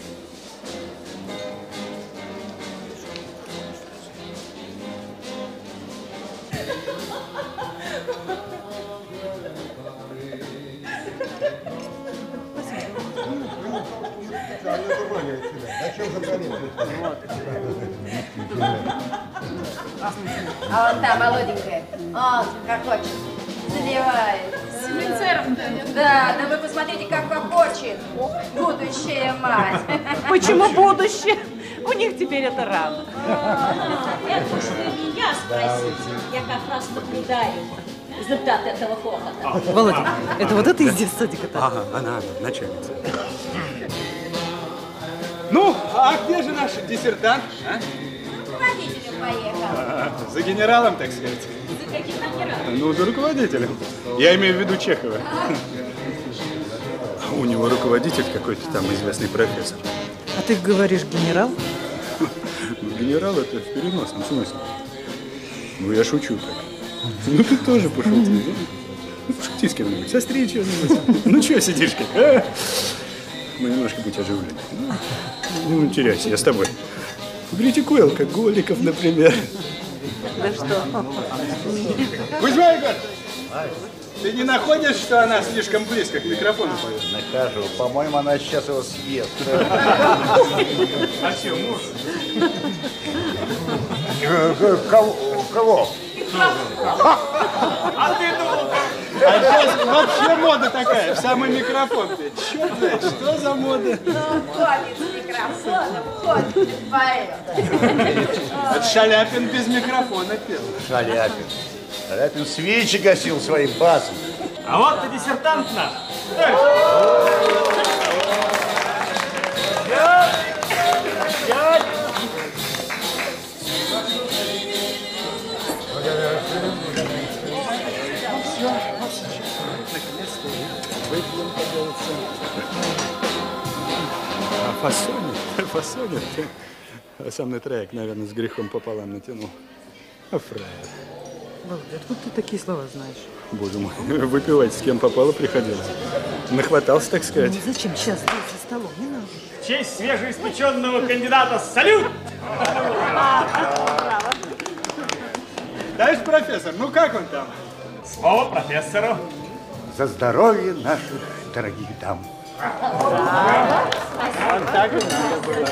А вон та молоденькая, он как хочет, заливает. С офицером-то? Да, да вы посмотрите, как хохочет. Будущая мать. Почему будущее? У них теперь это рано. Это уж вы меня спросите. Я как раз наблюдаю результат этого хохота. Володя, это вот это из детсадика-то? Ага, она, она, начальница. Ну, а где же наш диссертант? А? Руководителем поехал. А, за генералом, так сказать. За каким генералом? Ну, за руководителем. Я имею в виду Чехова. У него руководитель какой-то там известный профессор. А ты говоришь генерал? Генерал это в переносном смысле. Ну, я шучу так. Ну, ты тоже пошути. Ну, пошути с кем-нибудь, состри что-нибудь. Ну, чего сидишь как, а? Ну, немножко будь оживлен. Ну, не теряйся, я с тобой. Критикуй алкоголиков, например. Да что? Кузьма Егорович, ты не находишь, что она слишком близко к микрофону поет? Нахожу. По-моему, она сейчас его съест. А что, муж? Кого? Кого? А ты думал, а сейчас вообще мода такая, в самый микрофон петь. Черт знает, что за мода? Ну, ходит с микрофоном, ходит без поэта. Это Шаляпин без микрофона пел. Шаляпин. Шаляпин свечи гасил своим басом. А вот и диссертант наш. А фасоне, фасоне, а сам на трояк, наверное, с грехом пополам натянул. А фраер. Володя, откуда ты такие слова знаешь? Боже мой, выпивать с кем попало приходилось. Нахватался, так сказать. Ну, зачем сейчас здесь за столом? Не надо. В честь свежеиспеченного кандидата салют! Товарищ профессор, ну как он там? Слово профессору. За здоровье наших дорогих дам. Вот так и надо было.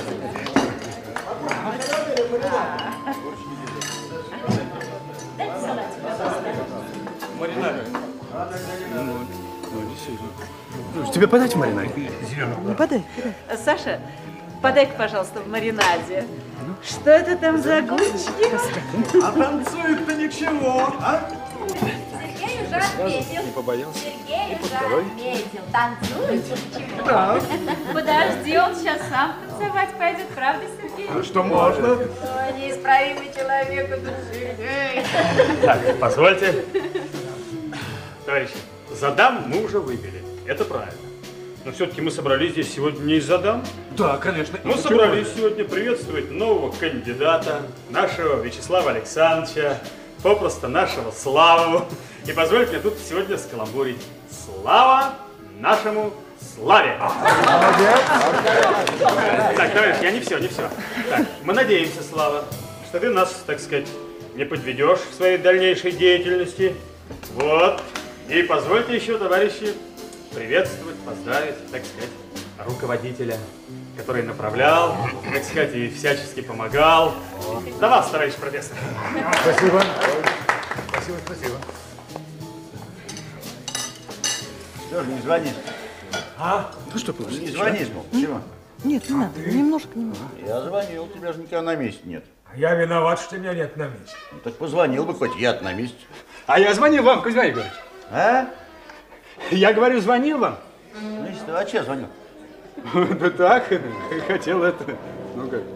Маринаде. Ну, ну, действительно. Тебе подать в маринаде? Не подай, подай. Саша, подай-ка, пожалуйста, в маринаде. Что это там за огурчики? А танцует-то ничего, а? Сергей уже отметил. Не побоялся? Сергей уже второй. отметил. Танцует чего? Да. Подожди, он сейчас сам танцевать пойдет, правда, Сергей? А что можно? Ой, неисправимый человек, это Сергей. Так, позвольте. Товарищи, за дам мы уже выпили. Это правильно. Но все-таки мы собрались здесь сегодня не из-за дам. Да, конечно. Мы собрались сегодня приветствовать нового кандидата, нашего Вячеслава Александровича, попросту нашего Славу. И позвольте мне тут сегодня скаламбурить. Слава нашему Славе! Молодец! Так, товарищ, я не все, не все. Так, мы надеемся, Слава, что ты нас, так сказать, не подведешь в своей дальнейшей деятельности. Вот. И позвольте еще, товарищи, приветствовать, поздравить, так сказать, руководителя, который направлял, так сказать, и всячески помогал. До вас, товарищ профессор. Спасибо. Спасибо, спасибо. Что же, не звонишь? А? Ну что получилось? Не звонишь, мол, чего? Нет, не надо, немножко, немножко. Я звонил, у тебя же никого на месте нет. Я виноват, что меня нет на месте. Ну, так позвонил бы хоть, я на месте. А я звонил вам, Кузьма Егорович. А? Я говорю, звонил вам. Значит, а че звонил? Да так, хотел это, ну как.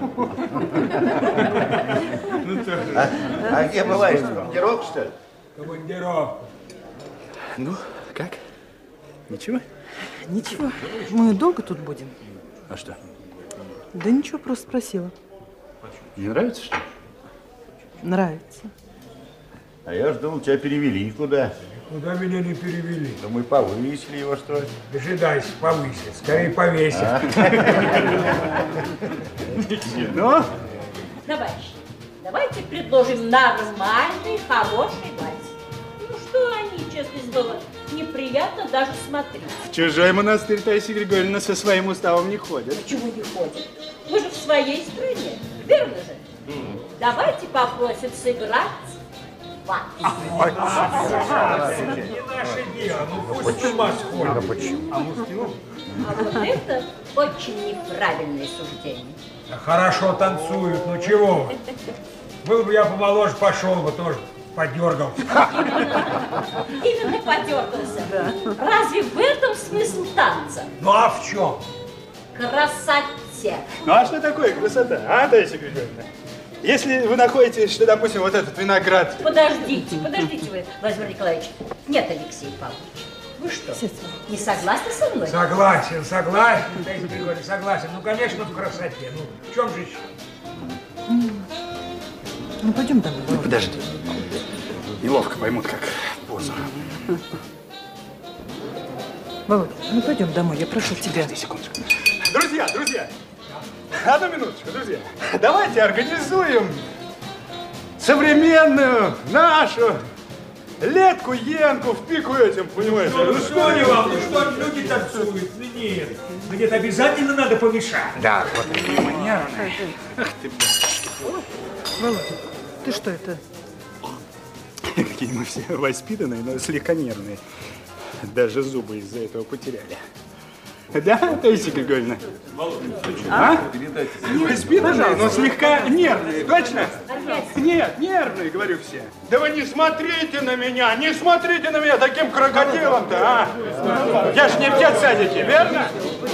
А, а где бываешь? Командировка, что ли? Командировка. Ну, как? Ничего? Ничего. Мы долго тут будем? А что? Да ничего, просто спросила. Не нравится, что ли? Нравится. А я ж думал, тебя перевели куда. Куда меня не перевели? Да мы повысили его, что ли? Дожидайся, повысят. Скорее повесят. Ну? Товарищи, давайте предложим нормальный, хороший вальс. Ну что они, честное слово, неприятно даже смотреть. В чужой монастырь Таисия Григорьевна со своим уставом не ходит. Почему не ходят? Мы же в своей стране, верно же? Давайте попросим сыграть вальс. Не наше а ну пусть с ума сходит. Ну почему? А муфтион? А вот это очень неправильное суждение. Хорошо танцуют, ну чего вы? Был бы я помоложе, пошел бы тоже, подергался. Именно подергался. Разве в этом смысл танца? Ну а в чем? Красоте. Ну а что такое красота, а, Таисия Григорьевна? Если вы находите, что, допустим, вот этот виноград... Подождите, подождите вы, Владимир Николаевич. Нет, Алексей Павлович. Вы что, не согласны со мной? Согласен, согласен, Таисия Григорьевна, согласен. Ну, конечно, в красоте. Ну, в чем же еще? Ну, пойдем домой. Ну, подожди. Неловко поймут, как позу. Володя, ну пойдем домой, я прошу тебя. Подожди секундочку. Друзья, друзья, одну минуточку, друзья. Давайте организуем современную нашу летку, енку в пику этим, понимаете? Ну, ну что не вам, ну что люди танцуют? Ну нет, мне это обязательно надо помешать. Да, вот это манерно. Ах ты, Володя, ты что это? какие мы все воспитанные, но слегка нервные. Даже зубы из-за этого потеряли. Да, Таисия Григорьевна? А? Воспитанные, но слегка нервные, точно? Нет, нервные, говорю все. Да вы не смотрите на меня, не смотрите на меня таким крокодилом-то, а? Я ж не в детсадике, верно?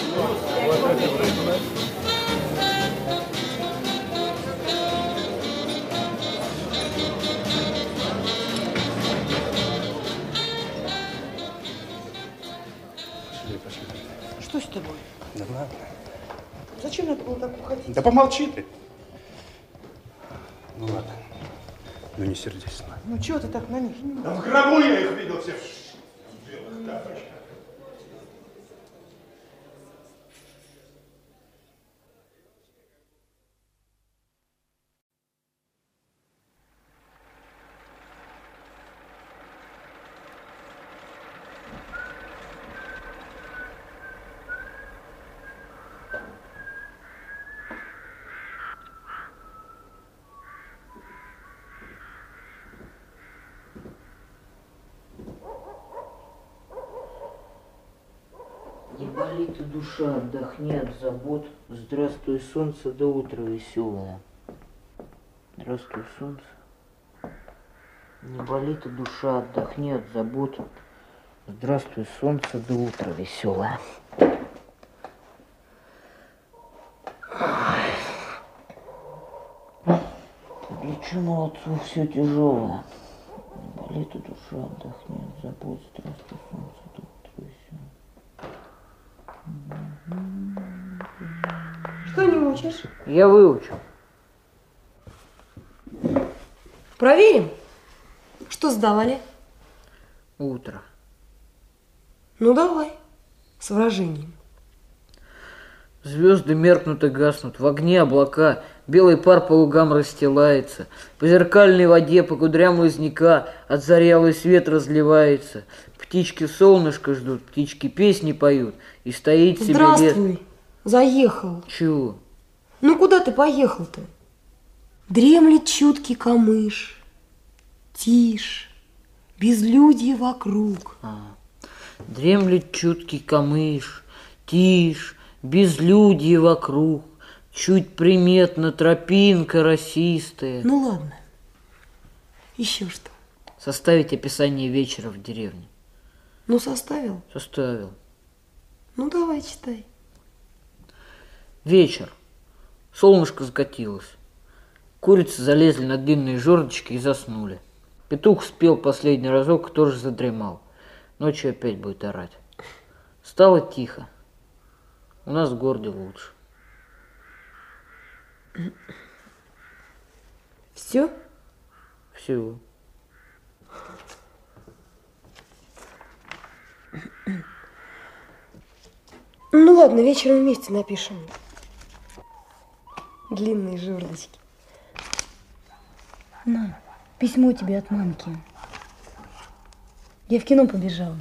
Что с тобой? Да ладно. Зачем надо было так уходить? Да помолчи ты. Ну ладно. Ну не сердись. Ну чего ты так на них? Да в гробу я их видел всех в белых тапочках. Не болит и душа, отдохни от забот. Здравствуй, солнце, до утра веселое. Здравствуй, солнце. Не болит и душа, отдохни от забот. Здравствуй, солнце, до утра веселое. Лечу молодцу, все тяжелое. Не болит и душа, отдохни от забот. Здравствуй, солнце, до утра веселое. Что не учишь? Я выучу. Проверим. Что сдавали? Утро. Ну давай, с выражением. Звезды меркнут и гаснут, в огне облака, белый пар по лугам расстилается, по зеркальной воде, по кудрям лозняка от зарялый свет разливается. Птички солнышко ждут, птички песни поют, и стоит себе лес. Здравствуй, заехал. Чего? Ну куда ты поехал-то? Дремлет чуткий камыш, тишь, безлюдье вокруг. А, дремлет чуткий камыш, тишь, безлюдье вокруг, чуть приметно тропинка росистая. Ну ладно, еще что? Составить описание вечера в деревне. Ну составил? Составил. Ну давай, читай. Вечер. Солнышко закатилось. Курицы залезли на длинные жердочки и заснули. Петух спел последний разок и тоже задремал. Ночью опять будет орать. Стало тихо. У нас в городе лучше. Все? Все. Ну ладно, вечером вместе напишем. Длинные жердочки. На, письмо тебе от мамки. Я в кино побежала.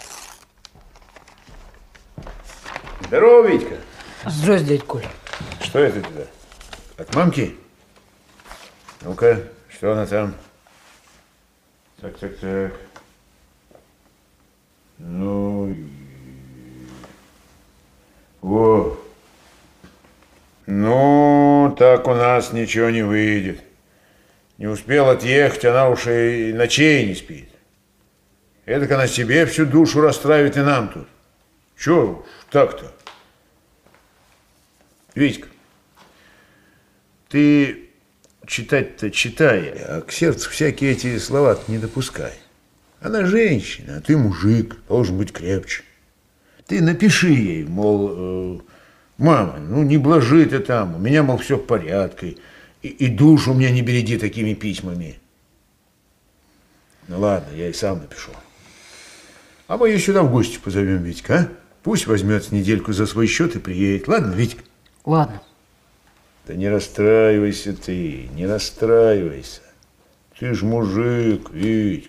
Здорово, Витька. Здравствуй, дядь Коль. Что это туда? От мамки? Ну-ка, что она там? Так, так, так. Ну, о, ну, так у нас ничего не выйдет. Не успел отъехать, она уж и ночей не спит. Эдак она себе всю душу расстраивает и нам тут. Чего уж так-то? Витька, ты читать-то читай, а к сердцу всякие эти слова не допускай. Она женщина, а ты мужик, должен быть крепче. Ты напиши ей, мол, э, мама, ну не блажи ты там, у меня, мол, все в порядке, и, и душу у меня не береди такими письмами. Ну ладно, я и сам напишу. А мы ее сюда в гости позовем, Витька, а? Пусть возьмет недельку за свой счет и приедет. Ладно, Витька? Ладно. Да не расстраивайся ты, не расстраивайся. Ты ж мужик, Витька.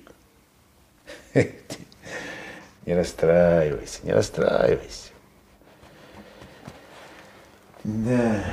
Не расстраивайся, не расстраивайся. Да.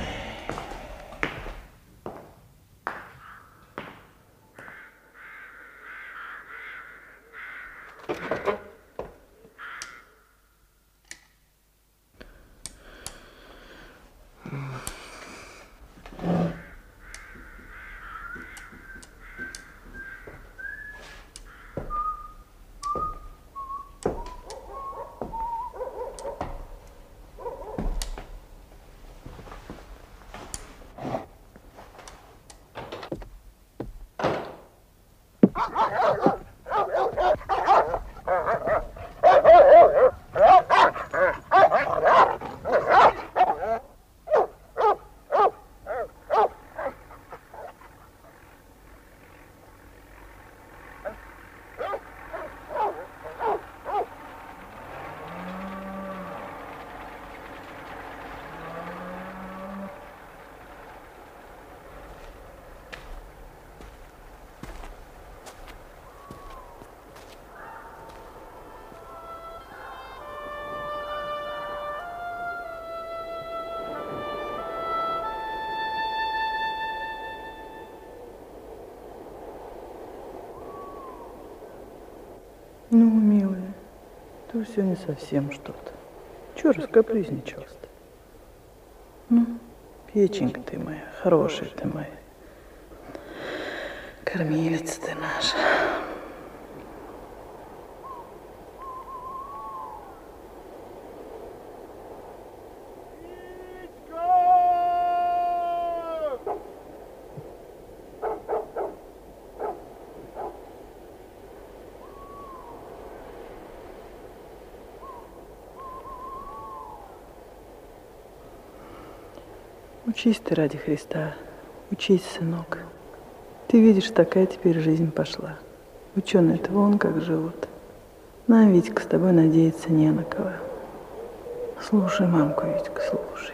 Ну, милая, ты все не совсем что-то. Чего раскапризничалась-то? Ну, печенька ты моя, хорошая ты моя. Кормилица ты наша. Учись ты ради Христа, учись, сынок. Ты видишь, такая теперь жизнь пошла. Ученые-то вон как живут. Нам, Витька, с тобой надеяться не на кого. Слушай, мамку, Витька, слушай.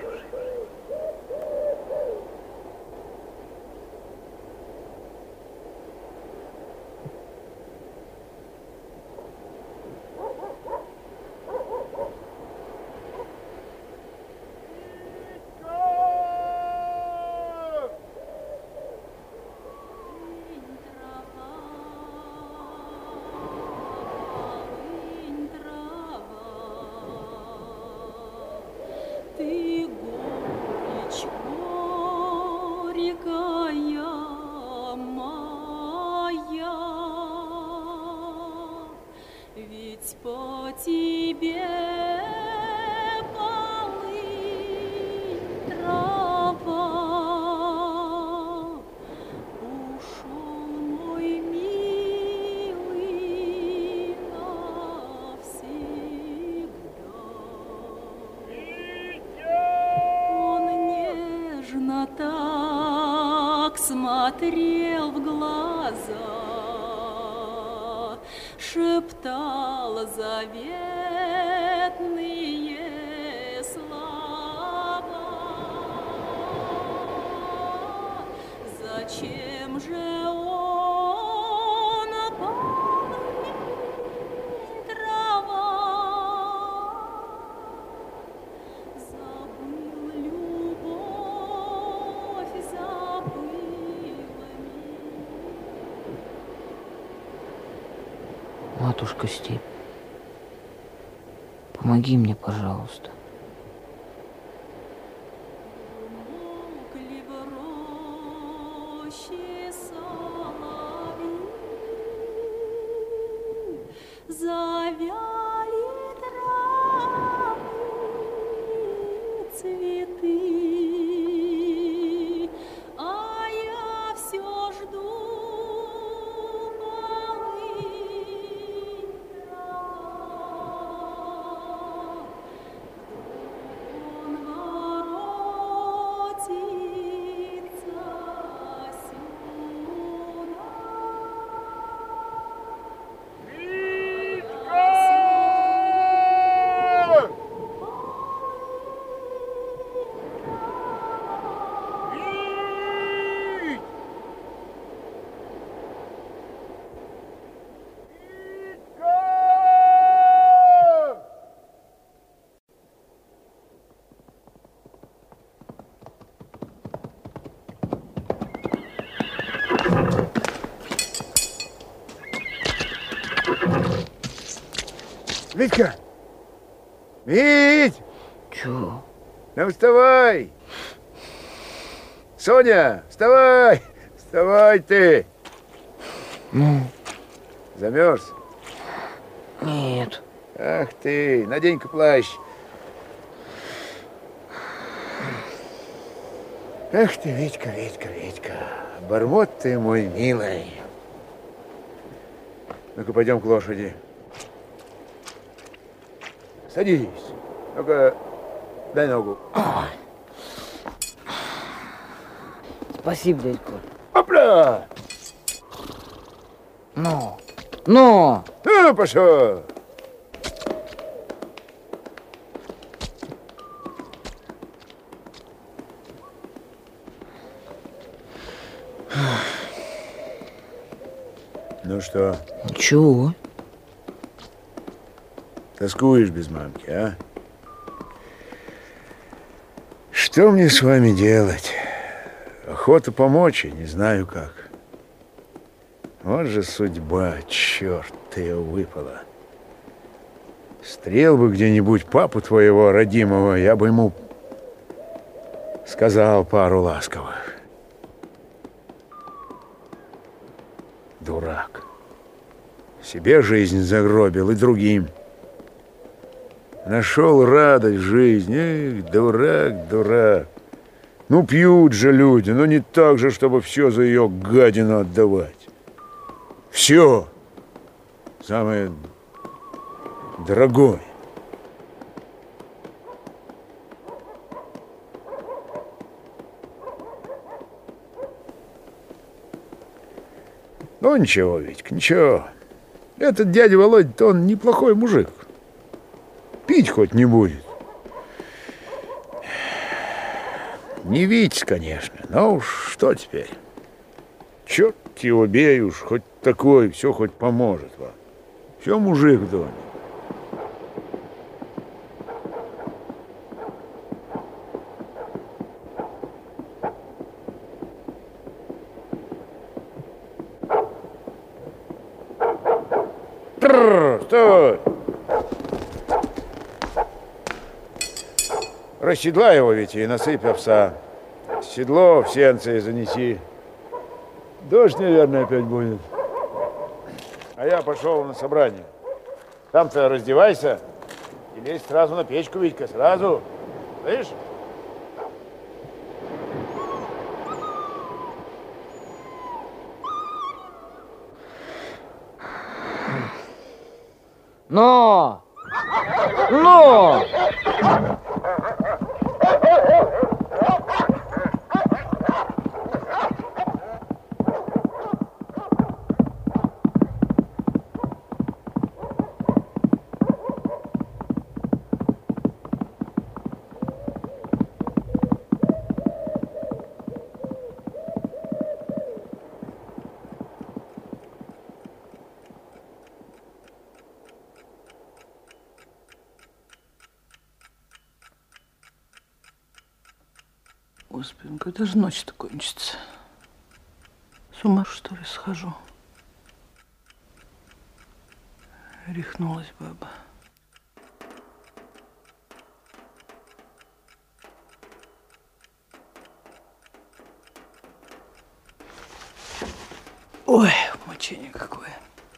Смотрел в глаза, шептал заветные слова. Зачем же он полынь трава? Забыл любовь. Матушка Степь, помоги мне, пожалуйста. Завяли травы, цветы, а я все жду полынь трава. Он воротится сюда. Витька! Вить! Чё? Ну вставай! Соня, вставай! Вставай ты! Ну? Замерз? Нет. Ах ты, надень-ка плащ. Эх ты, Витька, Витька, Витька, обормот ты мой милый. Ну-ка, пойдем к лошади. Садись. Ну-ка, дай ногу. Спасибо, дядь Коль. Опля! Ну, ну! Ну, пошел! Ну что? Ничего. Тоскуешь без мамки, а? Что мне с вами делать? Охота помочь, и не знаю как. Вот же судьба, черт, ты ее выпала. Стрел бы где-нибудь папу твоего родимого, я бы ему сказал пару ласковых. Дурак. Себе жизнь загробил и другим. Нашел радость в жизни. Эх, дурак, дурак. Ну, пьют же люди, но не так же, чтобы все за ее гадину отдавать. Все. Самое дорогое. Ну, ничего, Витька, ничего. Этот дядя Володя-то он неплохой мужик. Пить хоть не будет. Не Витя, конечно, но уж что теперь? Черт его бей уж, хоть такой, все хоть поможет вам. Все мужик в доме. Трррр, стой! Расседлай его, Витя, и насыпь овса. Седло в сенце занеси. Дождь, наверное, опять будет. А я пошел на собрание. Там-то раздевайся и лезь сразу на печку, Витька, сразу. Слышишь? Но! Но! Господи, ну когда же ночь-то кончится? С ума, что ли, схожу? Рехнулась баба. Ой, мучение какое.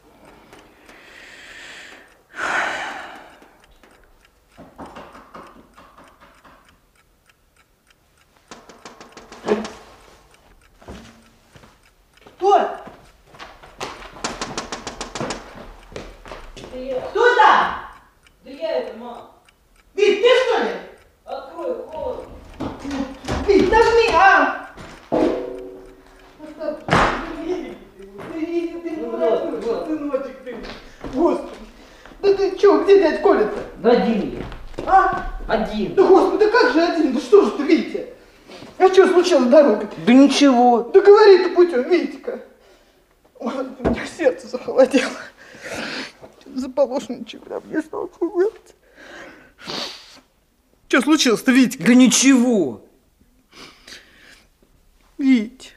Кто? Кто там? Да я это, мам. Вить, ты что ли? Открой, холодно. Вить, нажми, а! Сыночек ты. Господи. Да ты чё, где дядь Коля-то? Да один я. А? Один. Да господи, да как же один? Да что же ты, Витя? А что случилось с дорогой? Да ничего. Да говори ты путем, Витька. Ой, у меня сердце захолодело. Заполошничек, да, мне стало делать. Что случилось-то, Витька? Да ничего. Вить.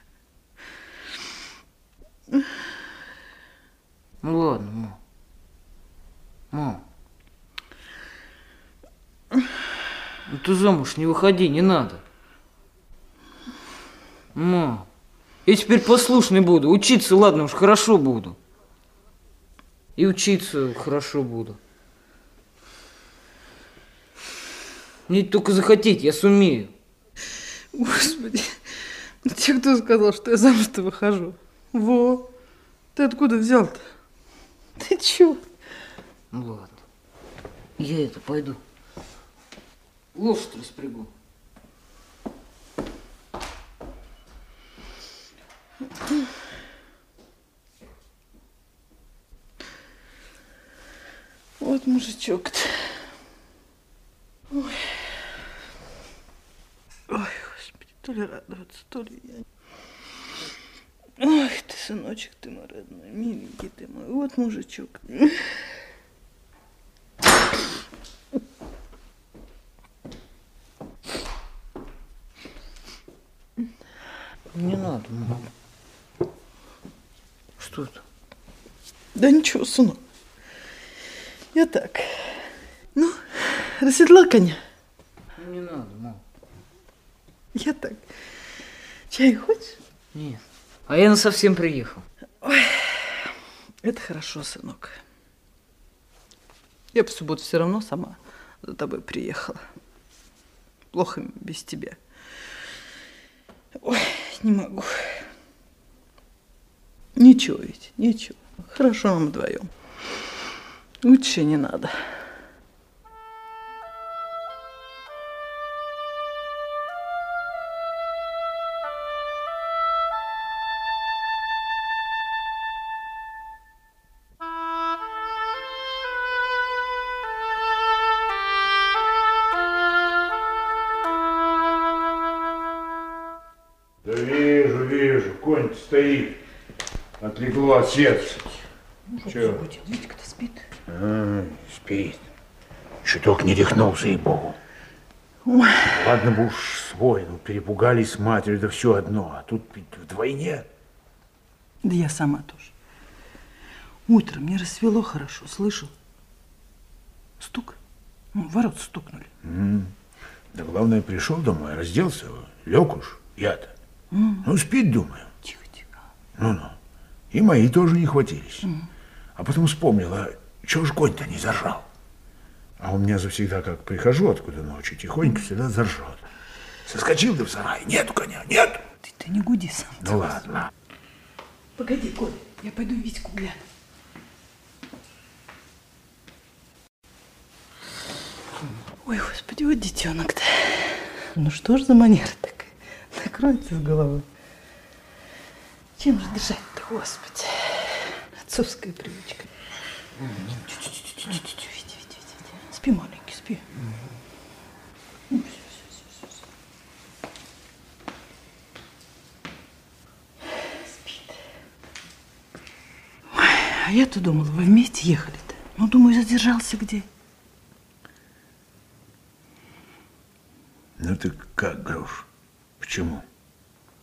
Ну ладно, мам. Мам. Ну ты замуж не выходи, не надо. Мам. Я теперь послушный буду. Учиться, ладно уж, хорошо буду. И учиться хорошо буду. Мне только захотеть, я сумею. Господи. Ну тебе кто сказал, что я замуж-то выхожу? Во. Ты откуда взял-то? Ты чё? Ну ладно. Я это пойду. Лошадь распрягу. Вот мужичок-то. Ой. Ой, господи, то ли радоваться, то ли я. Ой, ты, сыночек, ты мой родной, миленький ты мой. Вот мужичок. Не надо, мама. Что это? Да ничего, сынок. Я так. Ну, расседла коня. Не надо, мам. Я так. Чай хочешь? Нет. А я насовсем приехал. Ой, это хорошо, сынок. Я в субботу все равно сама за тобой приехала. Плохо без тебя. Ой, не могу. Ничего ведь, ничего. Хорошо нам вдвоем. Лучше не надо. Да вижу, вижу, конь стоит. Отлегло от сердца. Ну, Чё? Витька-то спит. А, спит. Чуток не рехнулся, ей-богу. Ой. Ладно бы уж свой, ну перепугались с матерью, да все одно. А тут ведь вдвойне. Да я сама тоже. Утром мне рассвело хорошо, слышу. Стук. Ну, ворот стукнули. М. Да главное, пришел домой, разделся, лег уж, я-то. М. Ну, спит, думаю. Тихо, тихо. Ну-ну. И мои тоже не хватились. М. А потом вспомнила, чего ж конь-то не заржал. А у меня завсегда, как прихожу откуда ночью, тихонько всегда заржет. Соскочил ты в сарай, нету коня, нету. Ты, ты не гуди сам. Ну ладно. Погоди, Коля, я пойду Витьку гляну. Ой, господи, вот детенок-то. Ну что ж за манера такая? Накроется с головой. Чем же дышать-то, господи? Отцовская привычка. Витя, Витя, Витя, Витя. Спи, маленький, спи. Ну, все, все, все, все. Спит. Ой, а я-то думала, вы вместе ехали-то. Ну, думаю, задержался где. Ну ты как, Груш? Почему?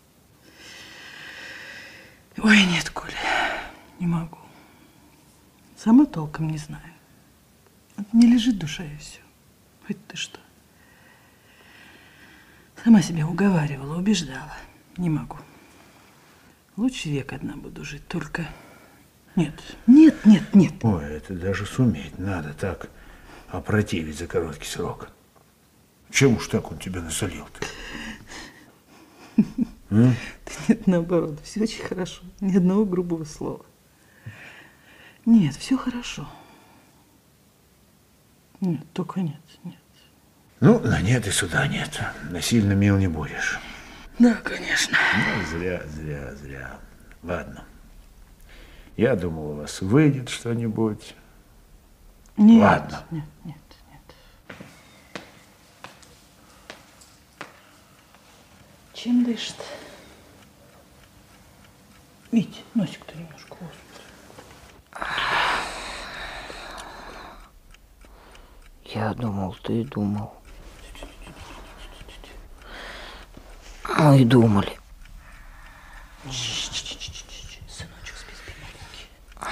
Ой, нет, Коля, не могу. Сама толком не знаю. Вот не лежит душа и все. Хоть ты что. Сама себя уговаривала, убеждала. Не могу. Лучше век одна буду жить, только... Нет, нет, нет, нет. Ой, это даже суметь надо так опротивить за короткий срок. Чем уж так он тебя насолил-то? Да нет, наоборот, все очень хорошо. Ни одного грубого слова. Нет, все хорошо. Нет, только нет, нет. Ну, на нет и суда нет. Насильно мил не будешь. Да, конечно. Ну, зря, зря, зря. Ладно. Я думал, у вас выйдет что-нибудь. Нет, Ладно. Нет, нет, нет. Чем дышит? Вить, носик-то немножко. Я думал, ты думал. Мы думали. Сыночек, спи, спи, маленький.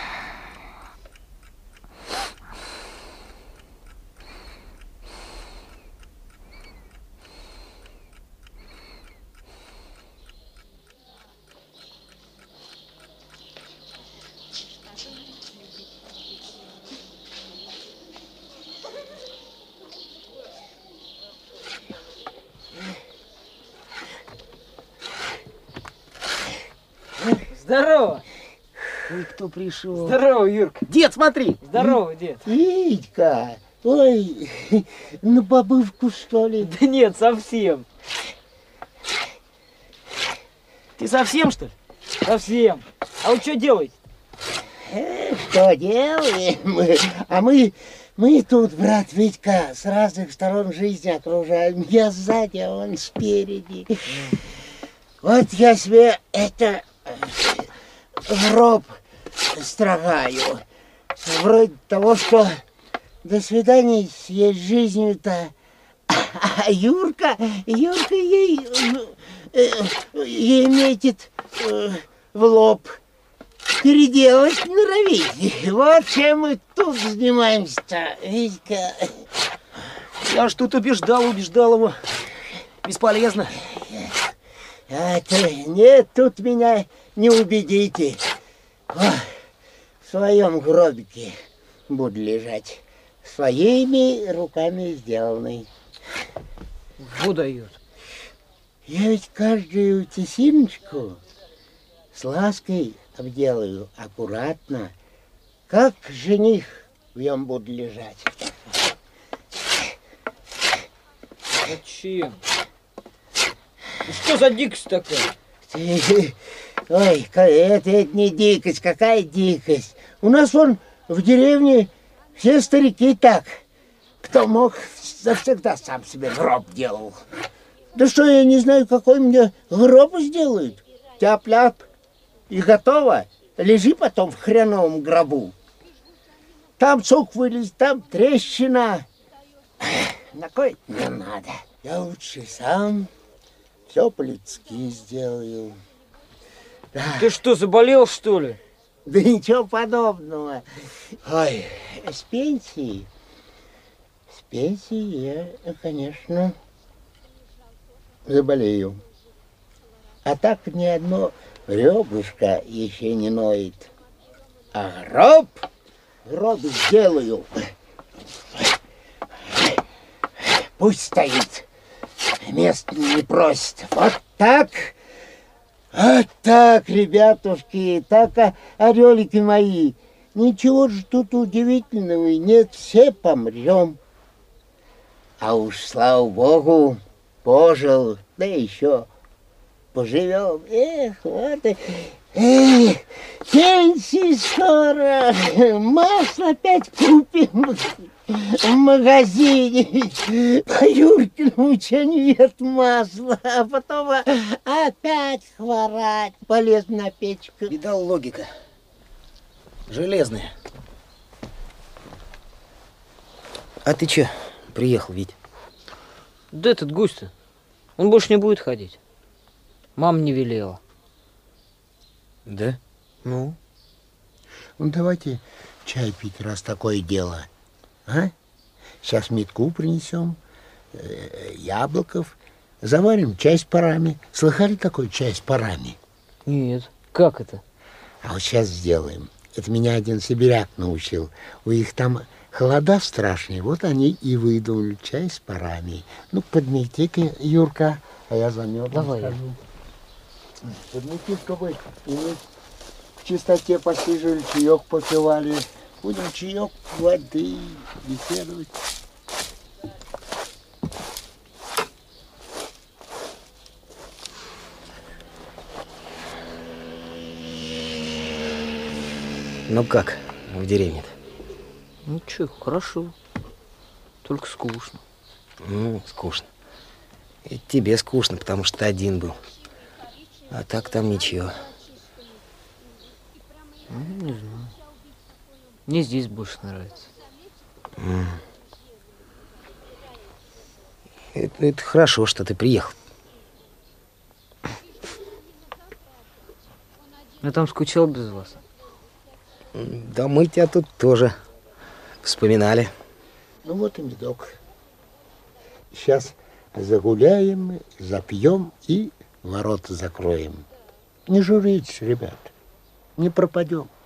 Здорово! Ой, кто пришел? Здорово, Юрка. Дед, смотри! Здорово, дед. Витька, ой, на побывку, что ли? Да нет, совсем. Ты совсем, что ли? Совсем. А вы что делаете? Э, что делаем? А мы, мы тут, брат Витька, с разных сторон жизни окружаем. Я сзади, а он спереди. Вот я себе это в роб строгаю. Вроде того, что до свидания есть жизнью-то. А Юрка, Юрка ей, ей метит в лоб. Переделать норовить. Вот чем мы тут занимаемся, Витька. Я ж тут убеждал, убеждал его. Бесполезно. А, то, нет, тут меня не убедите. О, в своем гробике буду лежать. Своими руками сделанный. Во дает. Я ведь каждую тесиночку с лаской обделаю аккуратно, как жених в нем буду лежать. Зачем? Ну что за дикость такая? Ты, ой, это, это не дикость, какая дикость. У нас вон в деревне все старики так. Кто мог, завсегда сам себе гроб делал. Да что, я не знаю, какой мне гроб сделают. Тяп-ляп. И готово. Лежи потом в хреновом гробу. Там сок вылез, там трещина. На кой не надо. Я лучше сам все по-людски сделаю. Да. Ты что, заболел, что ли? Да ничего подобного. Ой, с пенсии, с пенсии я, конечно, заболею. А так ни одно ребрышко еще не ноет. А гроб, гроб сделаю. Пусть стоит, мест не просит. Вот так, вот так, ребятушки, так, орелики мои. Ничего же тут удивительного нет, все помрем. А уж, слава богу, пожил, да еще поживем. Эх, вот и... Эх, пенсии скоро, масло опять купим в магазине. По Юркиному учению нет масла, а потом опять хворать. Полез на печку. Видал, логика. Железная. А ты че приехал, Вить? Да этот гусь-то, он больше не будет ходить. Мама не велела. Да? Ну? Ну, давайте чай пить, раз такое дело? А? Сейчас метку принесем, э, яблоков, заварим чай с парами. Слыхали такой чай с парами? Нет. Как это? А вот сейчас сделаем. Это меня один сибиряк научил. У них там холода страшные, вот они и выдумали чай с парами. Ну, подмети-ка, Юрка, а я за медом Давай. схожу. Подмети, чтобы и мы в чистоте посиживали, чаек попивали. Будем чаек, воды, беседовать. Ну как в деревне-то? Ну что, хорошо. Только скучно. Ну, скучно. И тебе скучно, потому что ты один был. А так там ничего. Ну, не знаю. Мне здесь больше нравится. М. Это, это хорошо, что ты приехал. Я там скучал без вас. Да мы тебя тут тоже вспоминали. Ну вот и медок. Сейчас загуляем, запьем и ворота закроем. Не журитесь, ребят, не пропадем.